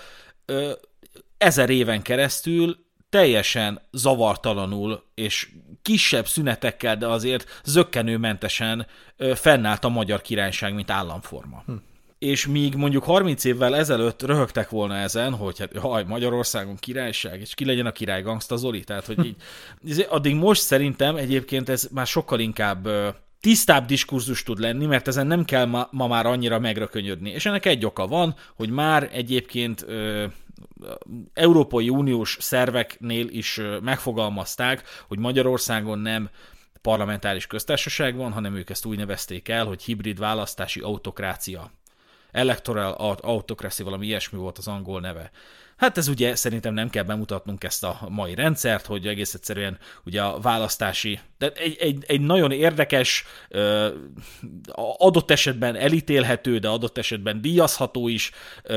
ezer éven keresztül teljesen zavartalanul és kisebb szünetekkel, de azért zökkenőmentesen fennállt a magyar királyság, mint államforma. Hm. És míg mondjuk harminc évvel ezelőtt röhögtek volna ezen, hogy hát haj, Magyarországon királyság, és ki legyen a király, Gangsta Zoli, tehát hogy így, addig most szerintem egyébként ez már sokkal inkább tisztább diskurzus tud lenni, mert ezen nem kell ma, ma már annyira megrökönyödni. És ennek egy oka van, hogy már egyébként ö, Európai Uniós szerveknél is ö, megfogalmazták, hogy Magyarországon nem parlamentáris köztársaság van, hanem ők ezt úgy nevezték el, hogy hibrid választási autokrácia. Electoral autocracy, valami ilyesmi volt az angol neve. Hát ez ugye szerintem nem kell bemutatnunk ezt a mai rendszert, hogy egész egyszerűen ugye a választási, de egy, egy, egy nagyon érdekes, adott esetben elítélhető, de adott esetben díjazható is,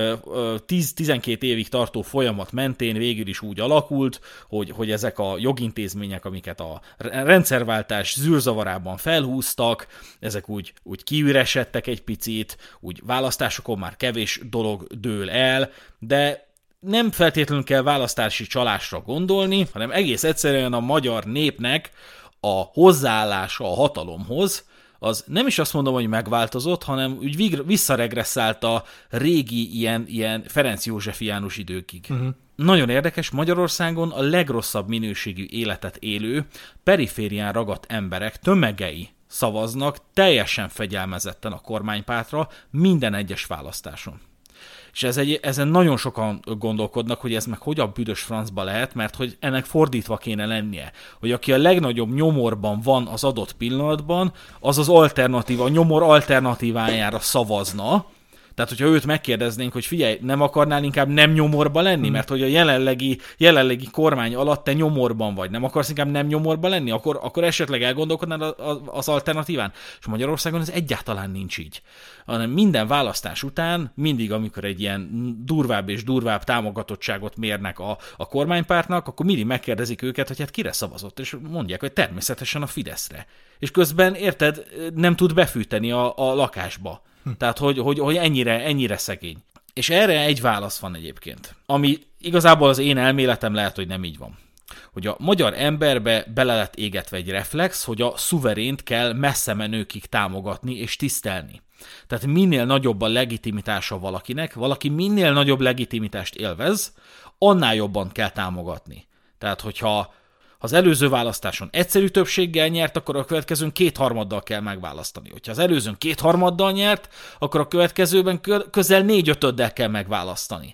tíz-tizenkét évig tartó folyamat mentén végül is úgy alakult, hogy, hogy ezek a jogintézmények, amiket a rendszerváltás zűrzavarában felhúztak, ezek úgy, úgy kiüresedtek egy picit, úgy választásokon már kevés dolog dől el, de nem feltétlenül kell választási csalásra gondolni, hanem egész egyszerűen a magyar népnek a hozzáállása a hatalomhoz, az nem is azt mondom, hogy megváltozott, hanem úgy visszaregresszált a régi ilyen, ilyen Ferenc Józsefiánus időkig. Uh-huh. Nagyon érdekes, Magyarországon a legrosszabb minőségű életet élő, periférián ragadt emberek tömegei szavaznak teljesen fegyelmezetten a kormánypártra minden egyes választáson. És ez egy, ezen nagyon sokan gondolkodnak, hogy ez meg hogy a büdös francba lehet, mert hogy ennek fordítva kéne lennie. Hogy aki a legnagyobb nyomorban van az adott pillanatban, az az alternatíva, a nyomor alternatívájára szavazna. Tehát, hogyha őt megkérdeznénk, hogy figyelj, nem akarnál inkább nem nyomorba lenni, hmm. mert hogy a jelenlegi, jelenlegi kormány alatt te nyomorban vagy, nem akarsz inkább nem nyomorba lenni, akkor, akkor esetleg elgondolkodnál az alternatíván. És Magyarországon ez egyáltalán nincs így. Hanem minden választás után, mindig, amikor egy ilyen durvább és durvább támogatottságot mérnek a, a kormánypártnak, akkor mindig megkérdezik őket, hogy hát kire szavazott, és mondják, hogy természetesen a Fideszre. És közben, érted, nem tud befűteni a, a lakásba. Tehát, hogy, hogy, hogy ennyire, ennyire szegény. És erre egy válasz van egyébként, ami igazából az én elméletem lehet, hogy nem így van. Hogy a magyar emberbe bele lett égetve egy reflex, hogy a szuverént kell messze menőkig támogatni és tisztelni. Tehát minél nagyobb a legitimitása valakinek, valaki minél nagyobb legitimitást élvez, annál jobban kell támogatni. Tehát, hogyha az előző választáson egyszerű többséggel nyert, akkor a következőn kétharmaddal kell megválasztani. Hogyha az előzőn kétharmaddal nyert, akkor a következőben közel négyötöddel kell megválasztani.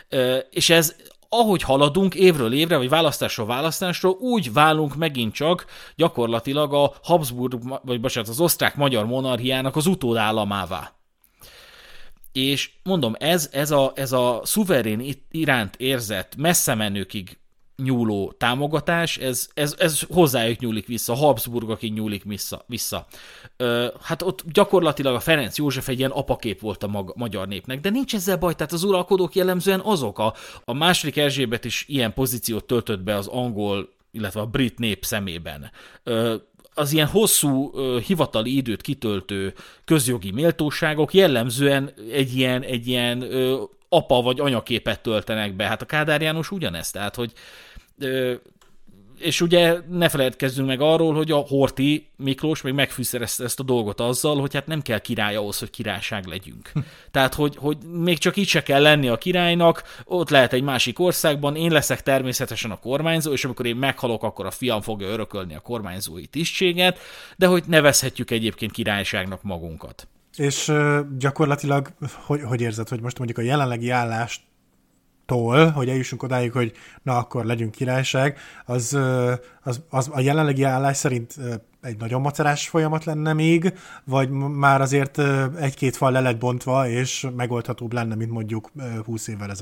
És ez, ahogy haladunk évről évre, vagy választásról választásról, úgy válunk megint csak gyakorlatilag a Habsburg, vagy bocsánat, az osztrák-magyar monarchiának az utódállamává. És mondom, ez, ez, a, ez a szuverén iránt érzett messze menőkig nyúló támogatás, ez, ez, ez hozzájuk nyúlik vissza, Habsburgokig nyúlik vissza. vissza. Ö, hát ott gyakorlatilag a Ferenc József egy ilyen apakép volt a mag- magyar népnek, de nincs ezzel baj, tehát az uralkodók jellemzően azok. A, a második Erzsébet is ilyen pozíciót töltött be az angol, illetve a brit nép szemében. Ö, az ilyen hosszú ö, hivatali időt kitöltő közjogi méltóságok jellemzően egy ilyen, egy ilyen ö, apa vagy anyaképet töltenek be. Hát a Kádár János ugyanezt, tehát, hogy és ugye ne feledkezzünk meg arról, hogy a Horthy Miklós még megfűszerezte ezt a dolgot azzal, hogy hát nem kell király ahhoz, hogy királyság legyünk. Tehát, hogy, hogy még csak így se kell lenni a királynak, ott lehet egy másik országban, én leszek természetesen a kormányzó, és amikor én meghalok, akkor a fiam fogja örökölni a kormányzói tisztséget, de hogy nevezhetjük egyébként királyságnak magunkat. És uh, gyakorlatilag, hogy, hogy érzed, hogy most mondjuk a jelenlegi állást tól, hogy eljussunk odáig, hogy na akkor legyünk királyság, az, az, az a jelenlegi állás szerint egy nagyon macerás folyamat lenne még, vagy már azért egy-két fal le lett bontva, és megoldhatóbb lenne, mint mondjuk húsz évvel ezelőtt?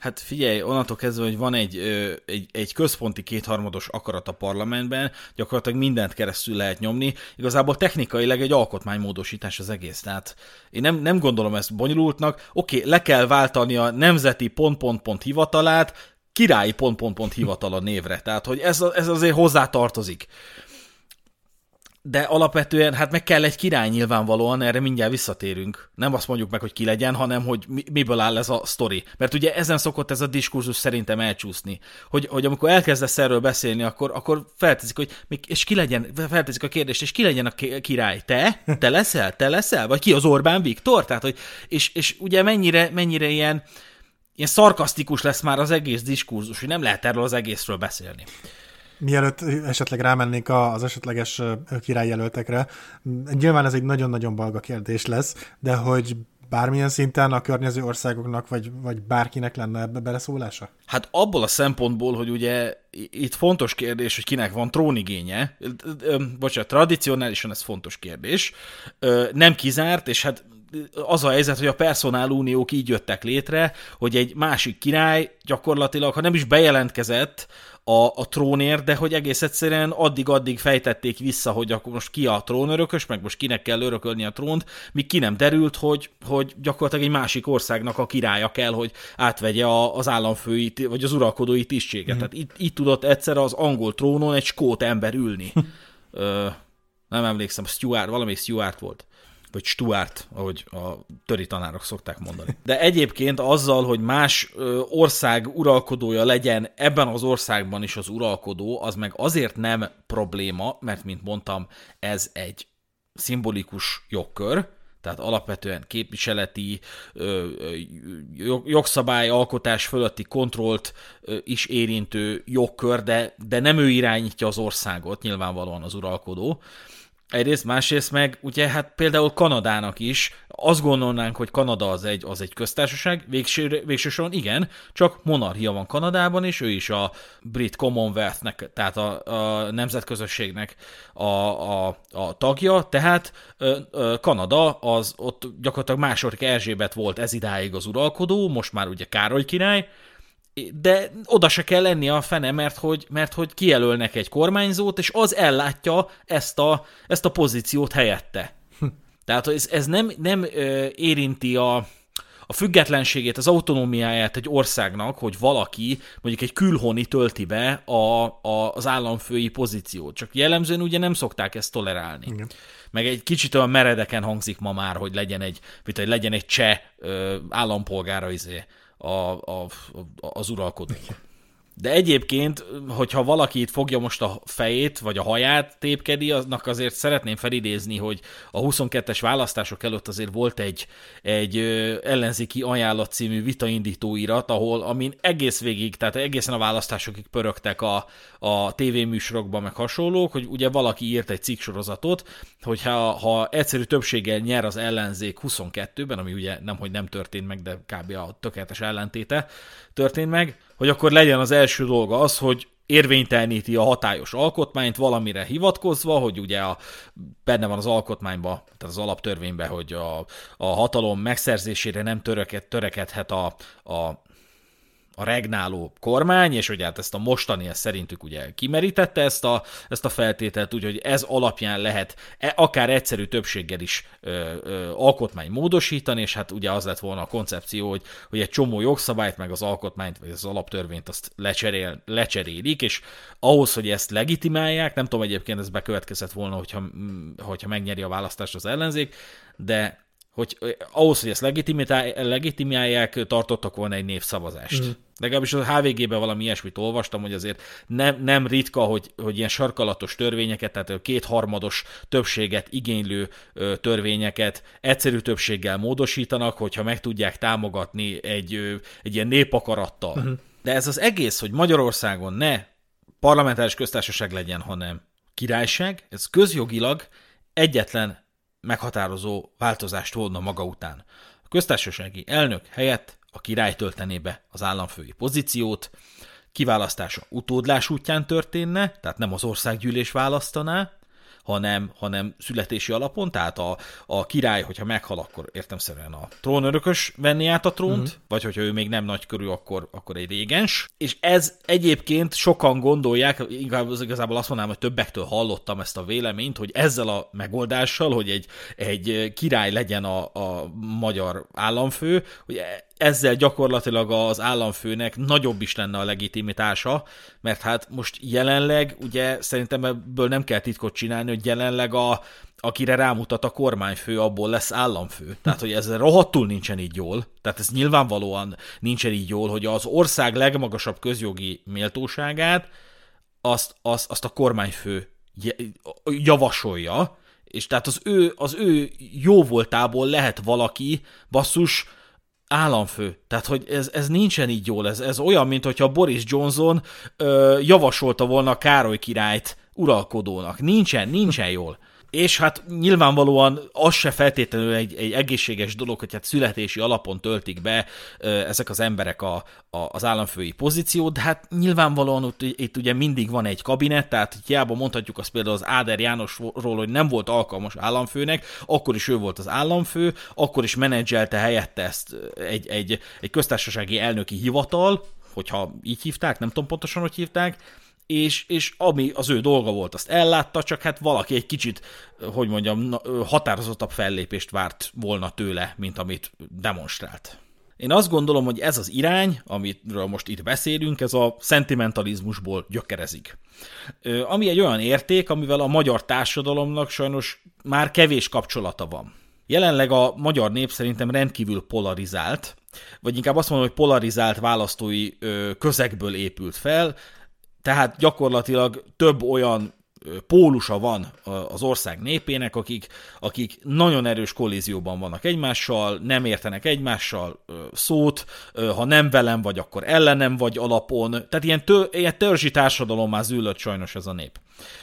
Hát figyelj, onnantól kezdve, hogy van egy, egy, egy központi kétharmados akarat a parlamentben, gyakorlatilag mindent keresztül lehet nyomni. Igazából technikailag egy alkotmánymódosítás az egész. Tehát én nem, nem gondolom ezt bonyolultnak. Oké, okay, le kell váltani a nemzeti pont-pont-pont hivatalát, királyi pont-pont-pont hivatal a névre. Tehát, hogy ez, ez azért hozzá tartozik. De alapvetően hát meg kell egy király nyilvánvalóan, erre mindjárt visszatérünk. Nem azt mondjuk meg, hogy ki legyen, hanem hogy miből áll ez a sztori. Mert ugye ezen szokott ez a diskurzus szerintem elcsúszni. Hogy, hogy amikor elkezdesz erről beszélni, akkor, akkor felteszik, hogy és ki legyen, felteszik a kérdést, és ki legyen a király? Te? Te leszel? Te leszel? Vagy ki az Orbán Viktor? Tehát, hogy, és, és ugye mennyire, mennyire ilyen, ilyen szarkasztikus lesz már az egész diskurzus, hogy nem lehet erről az egészről beszélni. Mielőtt esetleg rámennénk az esetleges királyjelöltekre, nyilván ez egy nagyon-nagyon balga kérdés lesz, de hogy bármilyen szinten a környező országoknak, vagy, vagy bárkinek lenne ebbe beleszólása? Hát abból a szempontból, hogy ugye itt fontos kérdés, hogy kinek van trónigénye, bocsánat, tradicionálisan ez fontos kérdés, nem kizárt, és hát az a helyzet, hogy a personáluniók így jöttek létre, hogy egy másik király gyakorlatilag, ha nem is bejelentkezett a, a trónért, de hogy egész egyszerűen addig-addig fejtették vissza, hogy akkor most ki a trónörökös, meg most kinek kell örökölni a trónt, míg ki nem derült, hogy, hogy gyakorlatilag egy másik országnak a királya kell, hogy átvegye a, az államfői, vagy az uralkodói tisztséget. Mm. Tehát itt, itt tudott egyszer az angol trónon egy skót ember ülni. Ö, nem emlékszem, Stuart, valami Stuart volt. Vagy Stuart, ahogy a töri tanárok szokták mondani. De egyébként azzal, hogy más ország uralkodója legyen ebben az országban is az uralkodó, az meg azért nem probléma, mert, mint mondtam, ez egy szimbolikus jogkör, tehát alapvetően képviseleti, jogszabályalkotás fölötti kontrollt is érintő jogkör, de, de nem ő irányítja az országot, nyilvánvalóan az uralkodó. Egyrészt, másrészt meg, ugye hát például Kanadának is, azt gondolnánk, hogy Kanada az egy, az egy köztársaság, végső, végső soron igen, csak monarchia van Kanadában, és ő is a brit Commonwealth-nek, tehát a, a nemzetközösségnek a, a, a tagja, tehát ö, ö, Kanada az ott gyakorlatilag második Erzsébet volt ez idáig az uralkodó, most már ugye Károly király, de oda se kell lenni a fene, mert hogy, mert hogy kijelölnek egy kormányzót, és az ellátja ezt a, ezt a pozíciót helyette. Hm. Tehát ez, ez nem, nem ö, érinti a, a függetlenségét, az autonómiáját egy országnak, hogy valaki, mondjuk egy külhoni tölti be a, a, az államfői pozíciót. Csak jellemzően ugye nem szokták ezt tolerálni. Igen. Meg egy kicsit olyan meredeken hangzik ma már, hogy legyen egy, mint hogy legyen egy cseh ö, állampolgára izé. A, a, az uralkodó. De egyébként, hogyha valaki itt fogja most a fejét, vagy a haját tépkedi, aznak azért szeretném felidézni, hogy a huszonkettes választások előtt azért volt egy, egy ellenzéki ajánlat című vitaindító irat, ahol, amin egész végig, tehát egészen a választásokig pörögtek a, a tévéműsorokban, meg hasonlók, hogy ugye valaki írt egy cikksorozatot, hogyha ha egyszerű többséggel nyer az ellenzék huszonkettőben, ami ugye nemhogy nem történt meg, de kb. A tökéletes ellentéte történt meg, hogy akkor legyen az első dolga az, hogy érvényteleníti a hatályos alkotmányt valamire hivatkozva, hogy ugye a, benne van az alkotmányban, tehát az alaptörvényben, hogy a, a hatalom megszerzésére nem töröket, törekedhet a, a a regnáló kormány, és hogy hát ezt a mostani, ezt szerintük ugye kimerítette ezt a, ezt a feltételt, úgyhogy ez alapján lehet e, akár egyszerű többséggel is ö, ö, alkotmány módosítani, és hát ugye az lett volna a koncepció, hogy, hogy egy csomó jogszabályt, meg az alkotmányt, vagy az alaptörvényt azt lecserél, lecserélik, és ahhoz, hogy ezt legitimálják, nem tudom egyébként ez bekövetkezett volna, hogyha, hogyha megnyeri a választást az ellenzék, de hogy ahhoz, hogy ezt legitimálják, tartottak volna egy névszavazást. Mm. Legalábbis a há vé gében valami ilyesmit olvastam, hogy azért nem, nem ritka, hogy, hogy ilyen sarkalatos törvényeket, tehát kétharmados többséget igénylő törvényeket egyszerű többséggel módosítanak, hogyha meg tudják támogatni egy, egy ilyen népakarattal. Mm. De ez az egész, hogy Magyarországon ne parlamentáris köztársaság legyen, hanem királyság, ez közjogilag egyetlen meghatározó változást volna maga után. A köztársasági elnök helyett a király töltené be az államfői pozíciót, kiválasztása utódlás útján történne, tehát nem az országgyűlés választaná, hanem, hanem születési alapon, tehát a, a király, hogyha meghal, akkor értelemszerűen a trónörökös venni át a trónt, uh-huh. vagy hogyha ő még nem nagy körű, akkor, akkor egy régens. És ez egyébként sokan gondolják, inkább igazából azt mondanám, hogy többektől hallottam ezt a véleményt, hogy ezzel a megoldással, hogy egy, egy király legyen a, a magyar államfő, hogy ezzel gyakorlatilag az államfőnek nagyobb is lenne a legitimitása, mert hát most jelenleg, ugye szerintem ebből nem kell titkot csinálni, hogy jelenleg a, akire rámutat a kormányfő, abból lesz államfő. Tehát, hogy ez rohadtul nincsen így jól. Tehát ez nyilvánvalóan nincsen így jól, hogy az ország legmagasabb közjogi méltóságát azt, azt, azt a kormányfő javasolja, és tehát az ő, az ő jóvoltából lehet valaki, basszus, államfő. Tehát, hogy ez, ez nincsen így jól. Ez, ez olyan, mint hogyha Boris Johnson ö, javasolta volna Károly királyt uralkodónak. Nincsen, nincsen jól. És hát nyilvánvalóan az se feltétlenül egy, egy egészséges dolog, hogy hát születési alapon töltik be ö, ezek az emberek a, a, az államfői pozíciót, de hát nyilvánvalóan itt, itt ugye mindig van egy kabinet, tehát hiába mondhatjuk azt például az Áder Jánosról, hogy nem volt alkalmas államfőnek, akkor is ő volt az államfő, akkor is menedzselte helyette ezt egy, egy, egy köztársasági elnöki hivatal, hogyha így hívták, nem tudom pontosan, hogy hívták, És, és ami az ő dolga volt, azt ellátta, csak hát valaki egy kicsit, hogy mondjam, határozottabb fellépést várt volna tőle, mint amit demonstrált. Én azt gondolom, hogy ez az irány, amiről most itt beszélünk, ez a szentimentalizmusból gyökerezik. Ami egy olyan érték, amivel a magyar társadalomnak sajnos már kevés kapcsolata van. Jelenleg a magyar nép szerintem rendkívül polarizált, vagy inkább azt mondom, hogy polarizált választói közegből épült fel, tehát gyakorlatilag több olyan pólusa van az ország népének, akik, akik nagyon erős kollízióban vannak egymással, nem értenek egymással szót, ha nem velem vagy, akkor ellenem vagy alapon. Tehát ilyen, tör, ilyen törzsi társadalom már zűlött sajnos ez a nép.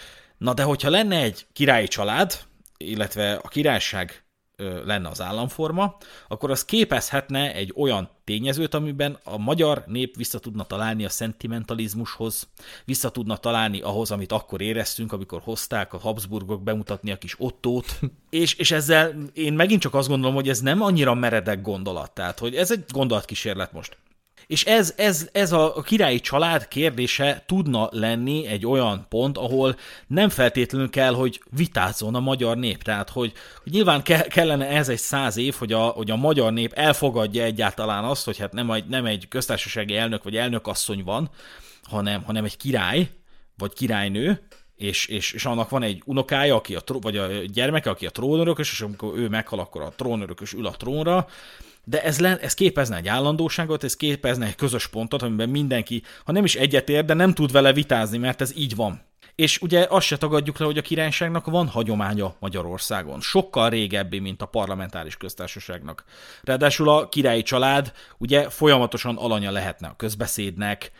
Na de hogyha lenne egy királyi család, illetve a királyság lenne az államforma, akkor az képezhetne egy olyan tényezőt, amiben a magyar nép vissza tudna találni a szentimentalizmushoz, vissza tudna találni ahhoz, amit akkor éreztünk, amikor hozták a Habsburgok bemutatni a kis Ottót, és, és ezzel én megint csak azt gondolom, hogy ez nem annyira meredek gondolat, tehát hogy ez egy gondolatkísérlet most. És ez, ez, ez a királyi család kérdése tudna lenni egy olyan pont, ahol nem feltétlenül kell, hogy vitázzon a magyar nép. Tehát, hogy, hogy nyilván ke- kellene ez egy száz év, hogy a, hogy a magyar nép elfogadja egyáltalán azt, hogy hát nem egy, nem egy köztársasági elnök vagy elnökasszony van, hanem, hanem egy király vagy királynő, és, és, és annak van egy unokája, aki a, vagy a gyermeke, aki a trónörökös, és amikor ő meghal, akkor a trónörökös ül a trónra. De ez, le, ez képezne egy állandóságot, ez képezne egy közös pontot, amiben mindenki, ha nem is egyetért, de nem tud vele vitázni, mert ez így van. És ugye azt se tagadjuk le, hogy a királyságnak van hagyománya Magyarországon. Sokkal régebbi, mint a parlamentáris köztársaságnak. Ráadásul a királyi család ugye folyamatosan alanya lehetne a közbeszédnek,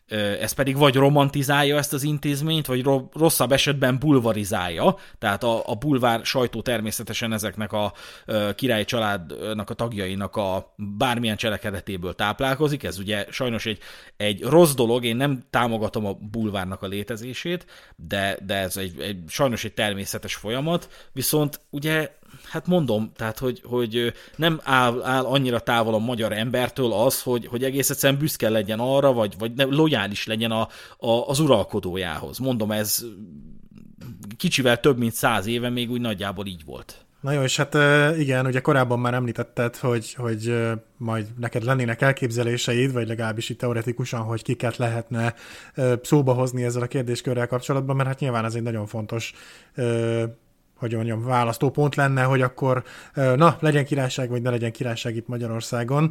ez pedig vagy romantizálja ezt az intézményt, vagy rosszabb esetben bulvarizálja, tehát a, a bulvár sajtó természetesen ezeknek a királyi családnak a tagjainak a bármilyen cselekedetéből táplálkozik, ez ugye sajnos egy, egy rossz dolog, én nem támogatom a bulvárnak a létezését, de, de ez egy, egy, sajnos egy természetes folyamat, viszont ugye hát mondom, tehát, hogy, hogy nem áll, áll annyira távol a magyar embertől az, hogy, hogy egész egyszerűen büszke legyen arra, vagy, vagy lojális legyen a, a, az uralkodójához. Mondom, ez kicsivel több mint száz éve még úgy nagyjából így volt. Na jó, és hát igen, ugye korábban már említetted, hogy, hogy majd neked lennének elképzeléseid, vagy legalábbis itt teoretikusan, hogy kiket lehetne szóba hozni ezzel a kérdéskörrel kapcsolatban, mert hát nyilván ez egy nagyon fontos hogy mondjam, választópont lenne, hogy akkor na, legyen királyság, vagy ne legyen királyság itt Magyarországon.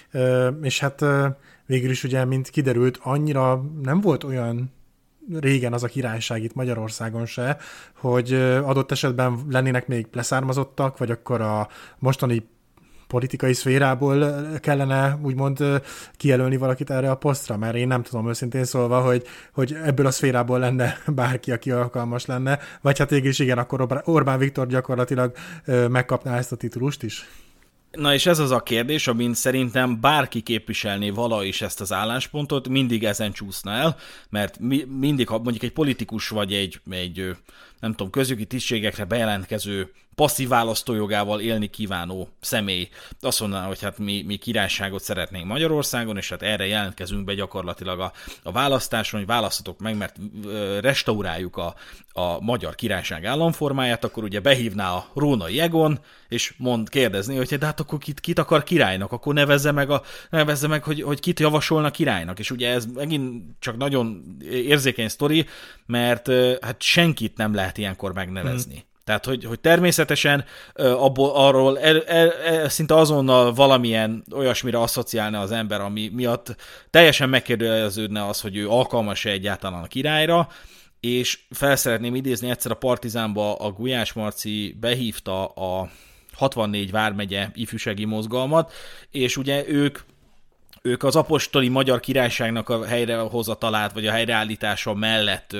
És hát végül is ugye, mint kiderült, annyira nem volt olyan régen az a királyság itt Magyarországon se, hogy adott esetben lennének még leszármazottak, vagy akkor a mostani politikai szférából kellene úgymond kijelölni valakit erre a posztra, mert én nem tudom őszintén szólva, hogy, hogy ebből a szférából lenne bárki, aki alkalmas lenne, vagy hát végül is igen, akkor Orbán Viktor gyakorlatilag megkapná ezt a titulust is. Na és ez az a kérdés, amin szerintem bárki képviselné vala is ezt az álláspontot, mindig ezen csúszna el, mert mi, mindig, ha mondjuk egy politikus vagy egy, egy nem tudom, közjogi tisztségekre bejelentkező passzív választójogával élni kívánó személy azt mondaná, hogy hát mi, mi királyságot szeretnénk Magyarországon, és hát erre jelentkezünk be gyakorlatilag a, a választáson, hogy választatok meg, mert restauráljuk a, a magyar királyság államformáját, akkor ugye behívná a Rónai Egon, és mond kérdezni, hogy de hát akkor kit, kit akar királynak, akkor nevezze meg, a, nevezze meg hogy, hogy kit javasolna királynak, és ugye ez megint csak nagyon érzékeny sztori, mert hát senkit nem lehet ilyenkor megnevezni. Hmm. Tehát, hogy, hogy természetesen abból, arról el, el, el, szinte azonnal valamilyen olyasmire asszociálna az ember, ami miatt teljesen megkérdőjeleződne az, hogy ő alkalmas-e egyáltalán a királyra, és fel szeretném idézni, egyszer a Partizánba a Gulyás Marci behívta a hatvannégy vármegye ifjúsági mozgalmat, és ugye ők ők az apostoli magyar királyságnak a helyrehozatalát, vagy a helyreállítása mellett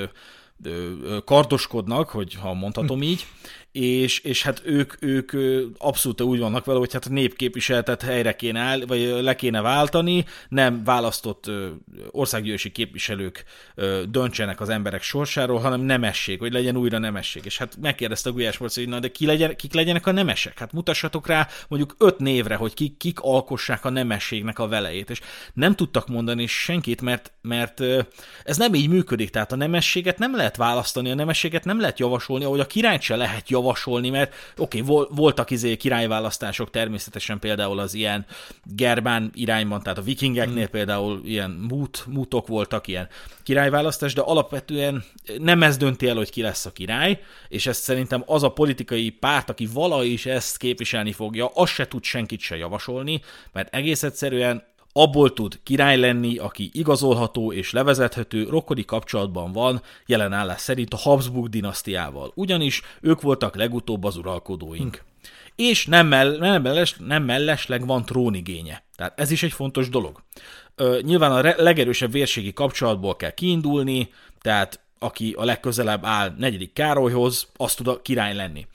kardoskodnak, hogy ha mondhatom így, és, és hát ők, ők abszolút úgy vannak vele, hogy hát a népképviseletet helyre kéne áll, vagy le kéne váltani, nem választott országgyűlési képviselők döntsenek az emberek sorsáról, hanem nemesség, hogy legyen újra nemesség. És hát megkérdezte a Gulyás Marci, hogy na de ki legyen, kik legyenek a nemesek? Hát mutassatok rá mondjuk öt névre, hogy kik, kik alkossák a nemességnek a velejét. És nem tudtak mondani senkit, mert, mert ez nem így működik. Tehát a nemességet nem lehet választani, a nemességet nem lehet javasolni, ahogy a királyt se lehet javasolni, javasolni, mert oké, okay, voltak izé királyválasztások, természetesen például az ilyen germán irányban, tehát a vikingeknél hmm. például ilyen mút, mútok voltak, ilyen királyválasztás, de alapvetően nem ez dönti el, hogy ki lesz a király, és ezt szerintem az a politikai párt, aki valahogy is ezt képviselni fogja, az se tud senkit se javasolni, mert egész egyszerűen abból tud király lenni, aki igazolható és levezethető, rokoni kapcsolatban van jelen állás szerint a Habsburg dinasztiával. Ugyanis ők voltak legutóbb az uralkodóink. Hm. És nem, mell- nem, melles- nem mellesleg van trónigénye. Tehát ez is egy fontos dolog. Ö, nyilván a re- legerősebb vérségi kapcsolatból kell kiindulni, tehát aki a legközelebb áll negyedik Károlyhoz, azt tud a király lenni.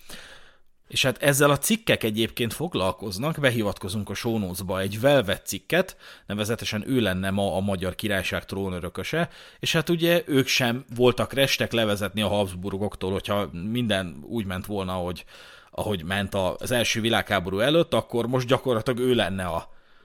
És hát ezzel a cikkek egyébként foglalkoznak, behivatkozunk a show notes-ba egy Velvet cikket, nevezetesen ő lenne ma a Magyar Királyság trónörököse, és hát ugye ők sem voltak restek levezetni a Habsburgoktól, hogyha minden úgy ment volna, ahogy, ahogy ment az első világháború előtt, akkor most gyakorlatilag ő lenne a,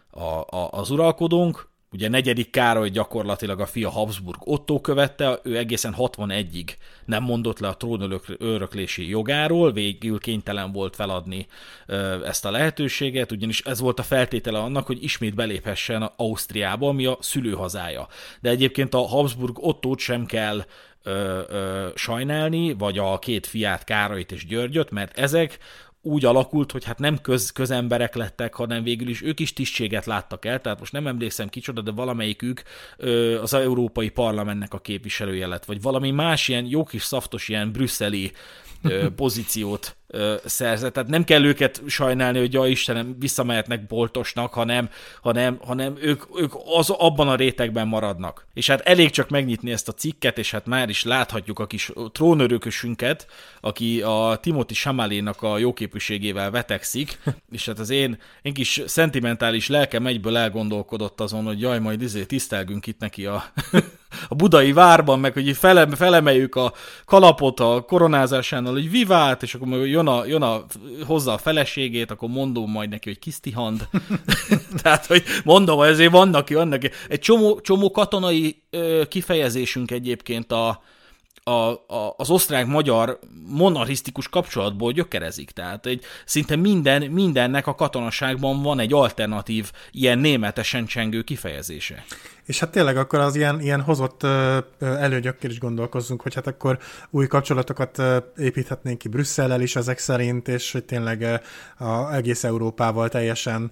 a, a, az uralkodónk. Ugye negyedik Károly gyakorlatilag a fia Habsburg Ottó követte, ő egészen hatvanegyig nem mondott le a trónöröklési jogáról, végül kénytelen volt feladni ezt a lehetőséget, ugyanis ez volt a feltétele annak, hogy ismét beléphessen Ausztriába, ami a szülőhazája. De egyébként a Habsburg Ottót sem kell ö, ö, sajnálni, vagy a két fiát, Károlyt és Györgyöt, mert ezek úgy alakult, hogy hát nem köz, közemberek lettek, hanem végül is ők is tisztséget láttak el, tehát most nem emlékszem kicsoda, de valamelyikük ö, az Európai Parlamentnek a képviselője lett, vagy valami más ilyen jó kis szaftos, ilyen brüsszeli ö, pozíciót ö, szerzett. Tehát nem kell őket sajnálni, hogy ja Istenem, visszamehetnek boltosnak, hanem, hanem, hanem ők, ők az, abban a rétegben maradnak. És hát elég csak megnyitni ezt a cikket, és hát már is láthatjuk a kis trónörökösünket, aki a Timothy Chalametnak a jóképűségével vetekszik, és hát az én, én kis szentimentális lelkem egyből elgondolkodott azon, hogy jaj, majd izé tisztelgünk itt neki a, a budai várban, meg hogy fele, felemeljük a kalapot a koronázásánál, hogy vivát, és akkor majd jön, a, jön a, hozzá a feleségét, akkor mondom majd neki, hogy kisztihand. Tehát, hogy mondom, ezért vannak, vannak egy csomó, csomó katonai ö, kifejezésünk egyébként a A, a, az osztrák-magyar monarchisztikus kapcsolatból gyökerezik. Tehát egy, szinte minden, mindennek a katonaságban van egy alternatív, ilyen németesen csengő kifejezése. És hát tényleg akkor az ilyen, ilyen hozott előnyökkel is gondolkozzunk, hogy hát akkor új kapcsolatokat építhetnénk ki Brüsszellel is ezek szerint, és hogy tényleg a egész Európával teljesen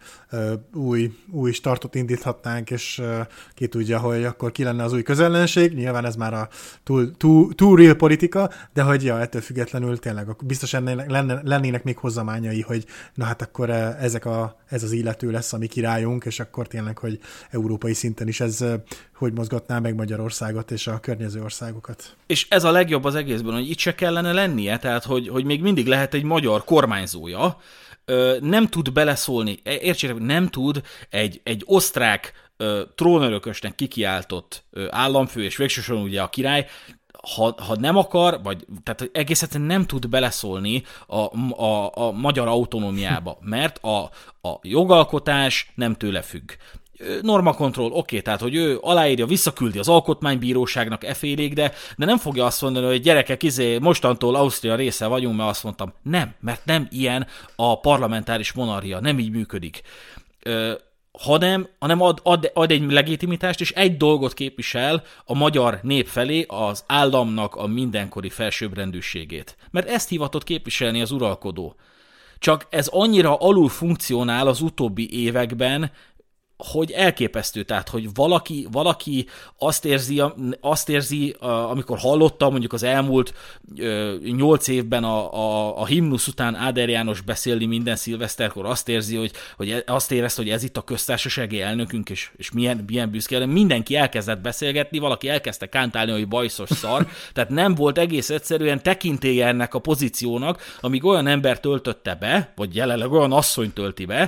új, új startot indíthatnánk, és ki tudja, hogy akkor ki lenne az új közellenség. Nyilván ez már a túl, túl, túl real politika, de hogy ja, ettől függetlenül tényleg biztosan lenne, lennének még hozamányai, hogy na hát akkor ezek a, ez az illető lesz a mi királyunk, és akkor tényleg, hogy európai szinten is ez ez hogy mozgatná meg Magyarországot és a környező országokat. És ez a legjobb az egészben, hogy itt se kellene lennie, tehát hogy, hogy még mindig lehet egy magyar kormányzója, nem tud beleszólni, értsétek, nem tud egy, egy osztrák trónörökösnek kikiáltott államfő, és végsősorban ugye a király, Ha, ha nem akar, vagy tehát egész egyszerűen nem tud beleszólni a, a, a magyar autonómiába, mert a, a jogalkotás nem tőle függ. Normakontroll, oké, okay, tehát hogy ő aláírja, visszaküldi az alkotmánybíróságnak efélék, de, de nem fogja azt mondani, hogy gyerekek, izé, mostantól Ausztria része vagyunk, mert azt mondtam, nem, mert nem ilyen a parlamentáris monarchia, nem így működik. Ö, hanem, hanem ad, ad, ad egy legitimitást, és egy dolgot képvisel a magyar nép felé, az államnak a mindenkori felsőbbrendűségét. Mert ezt hivatott képviselni az uralkodó. Csak ez annyira alul funkcionál az utóbbi években, hogy elképesztő, tehát, hogy valaki, valaki azt érzi, azt érzi, amikor hallotta mondjuk az elmúlt nyolc évben a, a, a himnusz után Áder János beszélni minden szilveszterkor, azt érzi, hogy, hogy azt érezte, hogy ez itt a köztársasági elnökünk, és, és milyen, milyen büszke, mindenki elkezdett beszélgetni, valaki elkezdte kántálni, hogy bajszos szar, tehát nem volt egész egyszerűen tekintélye ennek a pozíciónak, amíg olyan ember töltötte be, vagy jelenleg olyan asszony tölti be,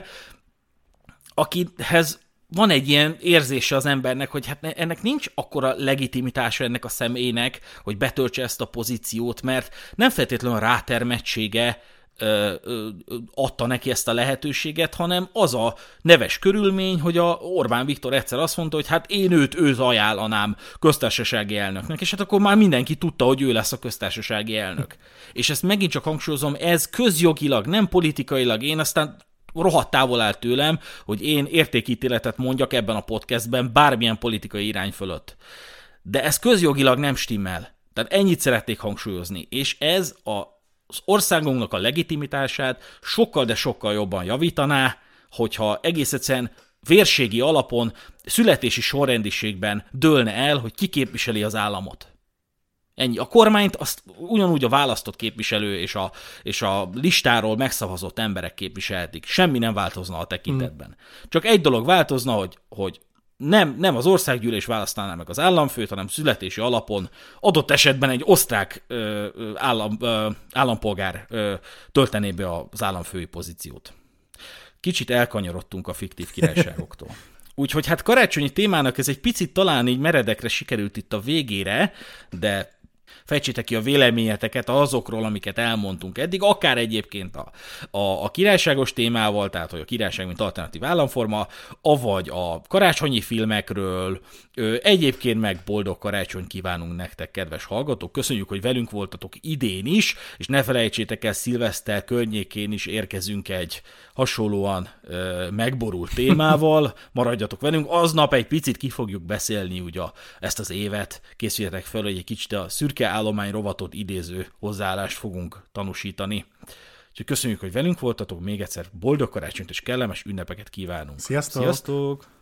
akihez van egy ilyen érzése az embernek, hogy hát ennek nincs akkora legitimitása ennek a személynek, hogy betöltse ezt a pozíciót, mert nem feltétlenül a rátermettsége ö, ö, adta neki ezt a lehetőséget, hanem az a neves körülmény, hogy a Orbán Viktor egyszer azt mondta, hogy hát én őt, őt ajánlanám köztársasági elnöknek, és hát akkor már mindenki tudta, hogy ő lesz a köztársasági elnök. És ezt megint csak hangsúlyozom, ez közjogilag, nem politikailag, én aztán rohadt távol áll tőlem, hogy én értékítéletet mondjak ebben a podcastben bármilyen politikai irány fölött. De ez közjogilag nem stimmel. Tehát ennyit szeretnék hangsúlyozni. És ez a, az országunknak a legitimitását sokkal, de sokkal jobban javítaná, hogyha egész egyszerűen vérségi alapon, születési sorrendiségben dőlne el, hogy ki képviseli az államot. Ennyi. A kormányt azt ugyanúgy a választott képviselő és a, és a listáról megszavazott emberek képviselhetik. Semmi nem változna a tekintetben. Csak egy dolog változna, hogy, hogy nem, nem az országgyűlés választaná meg az államfőt, hanem születési alapon adott esetben egy osztrák ö, állam, ö, állampolgár ö, töltené be az államfői pozíciót. Kicsit elkanyarodtunk a fiktív királyságoktól. Úgyhogy hát karácsonyi témának ez egy picit talán így meredekre sikerült itt a végére, de fejtsétek ki a véleményeteket azokról, amiket elmondtunk eddig, akár egyébként a, a, a királyságos témával, tehát hogy a királyság mint alternatív államforma, avagy a karácsonyi filmekről, egyébként meg boldog karácsony kívánunk nektek, kedves hallgatók, köszönjük, hogy velünk voltatok idén is, és ne felejtsétek el, szilveszter környékén is érkezünk egy hasonlóan ö, megborult témával, maradjatok velünk, aznap egy picit ki fogjuk beszélni ugye ezt az évet, készüljetek fel, hogy egy kicsit a szürke állomány rovatot idéző hozzáállást fogunk tanúsítani. Úgyhogy köszönjük, hogy velünk voltatok, még egyszer boldog karácsonyt és kellemes ünnepeket kívánunk. Sziasztok! Sziasztok!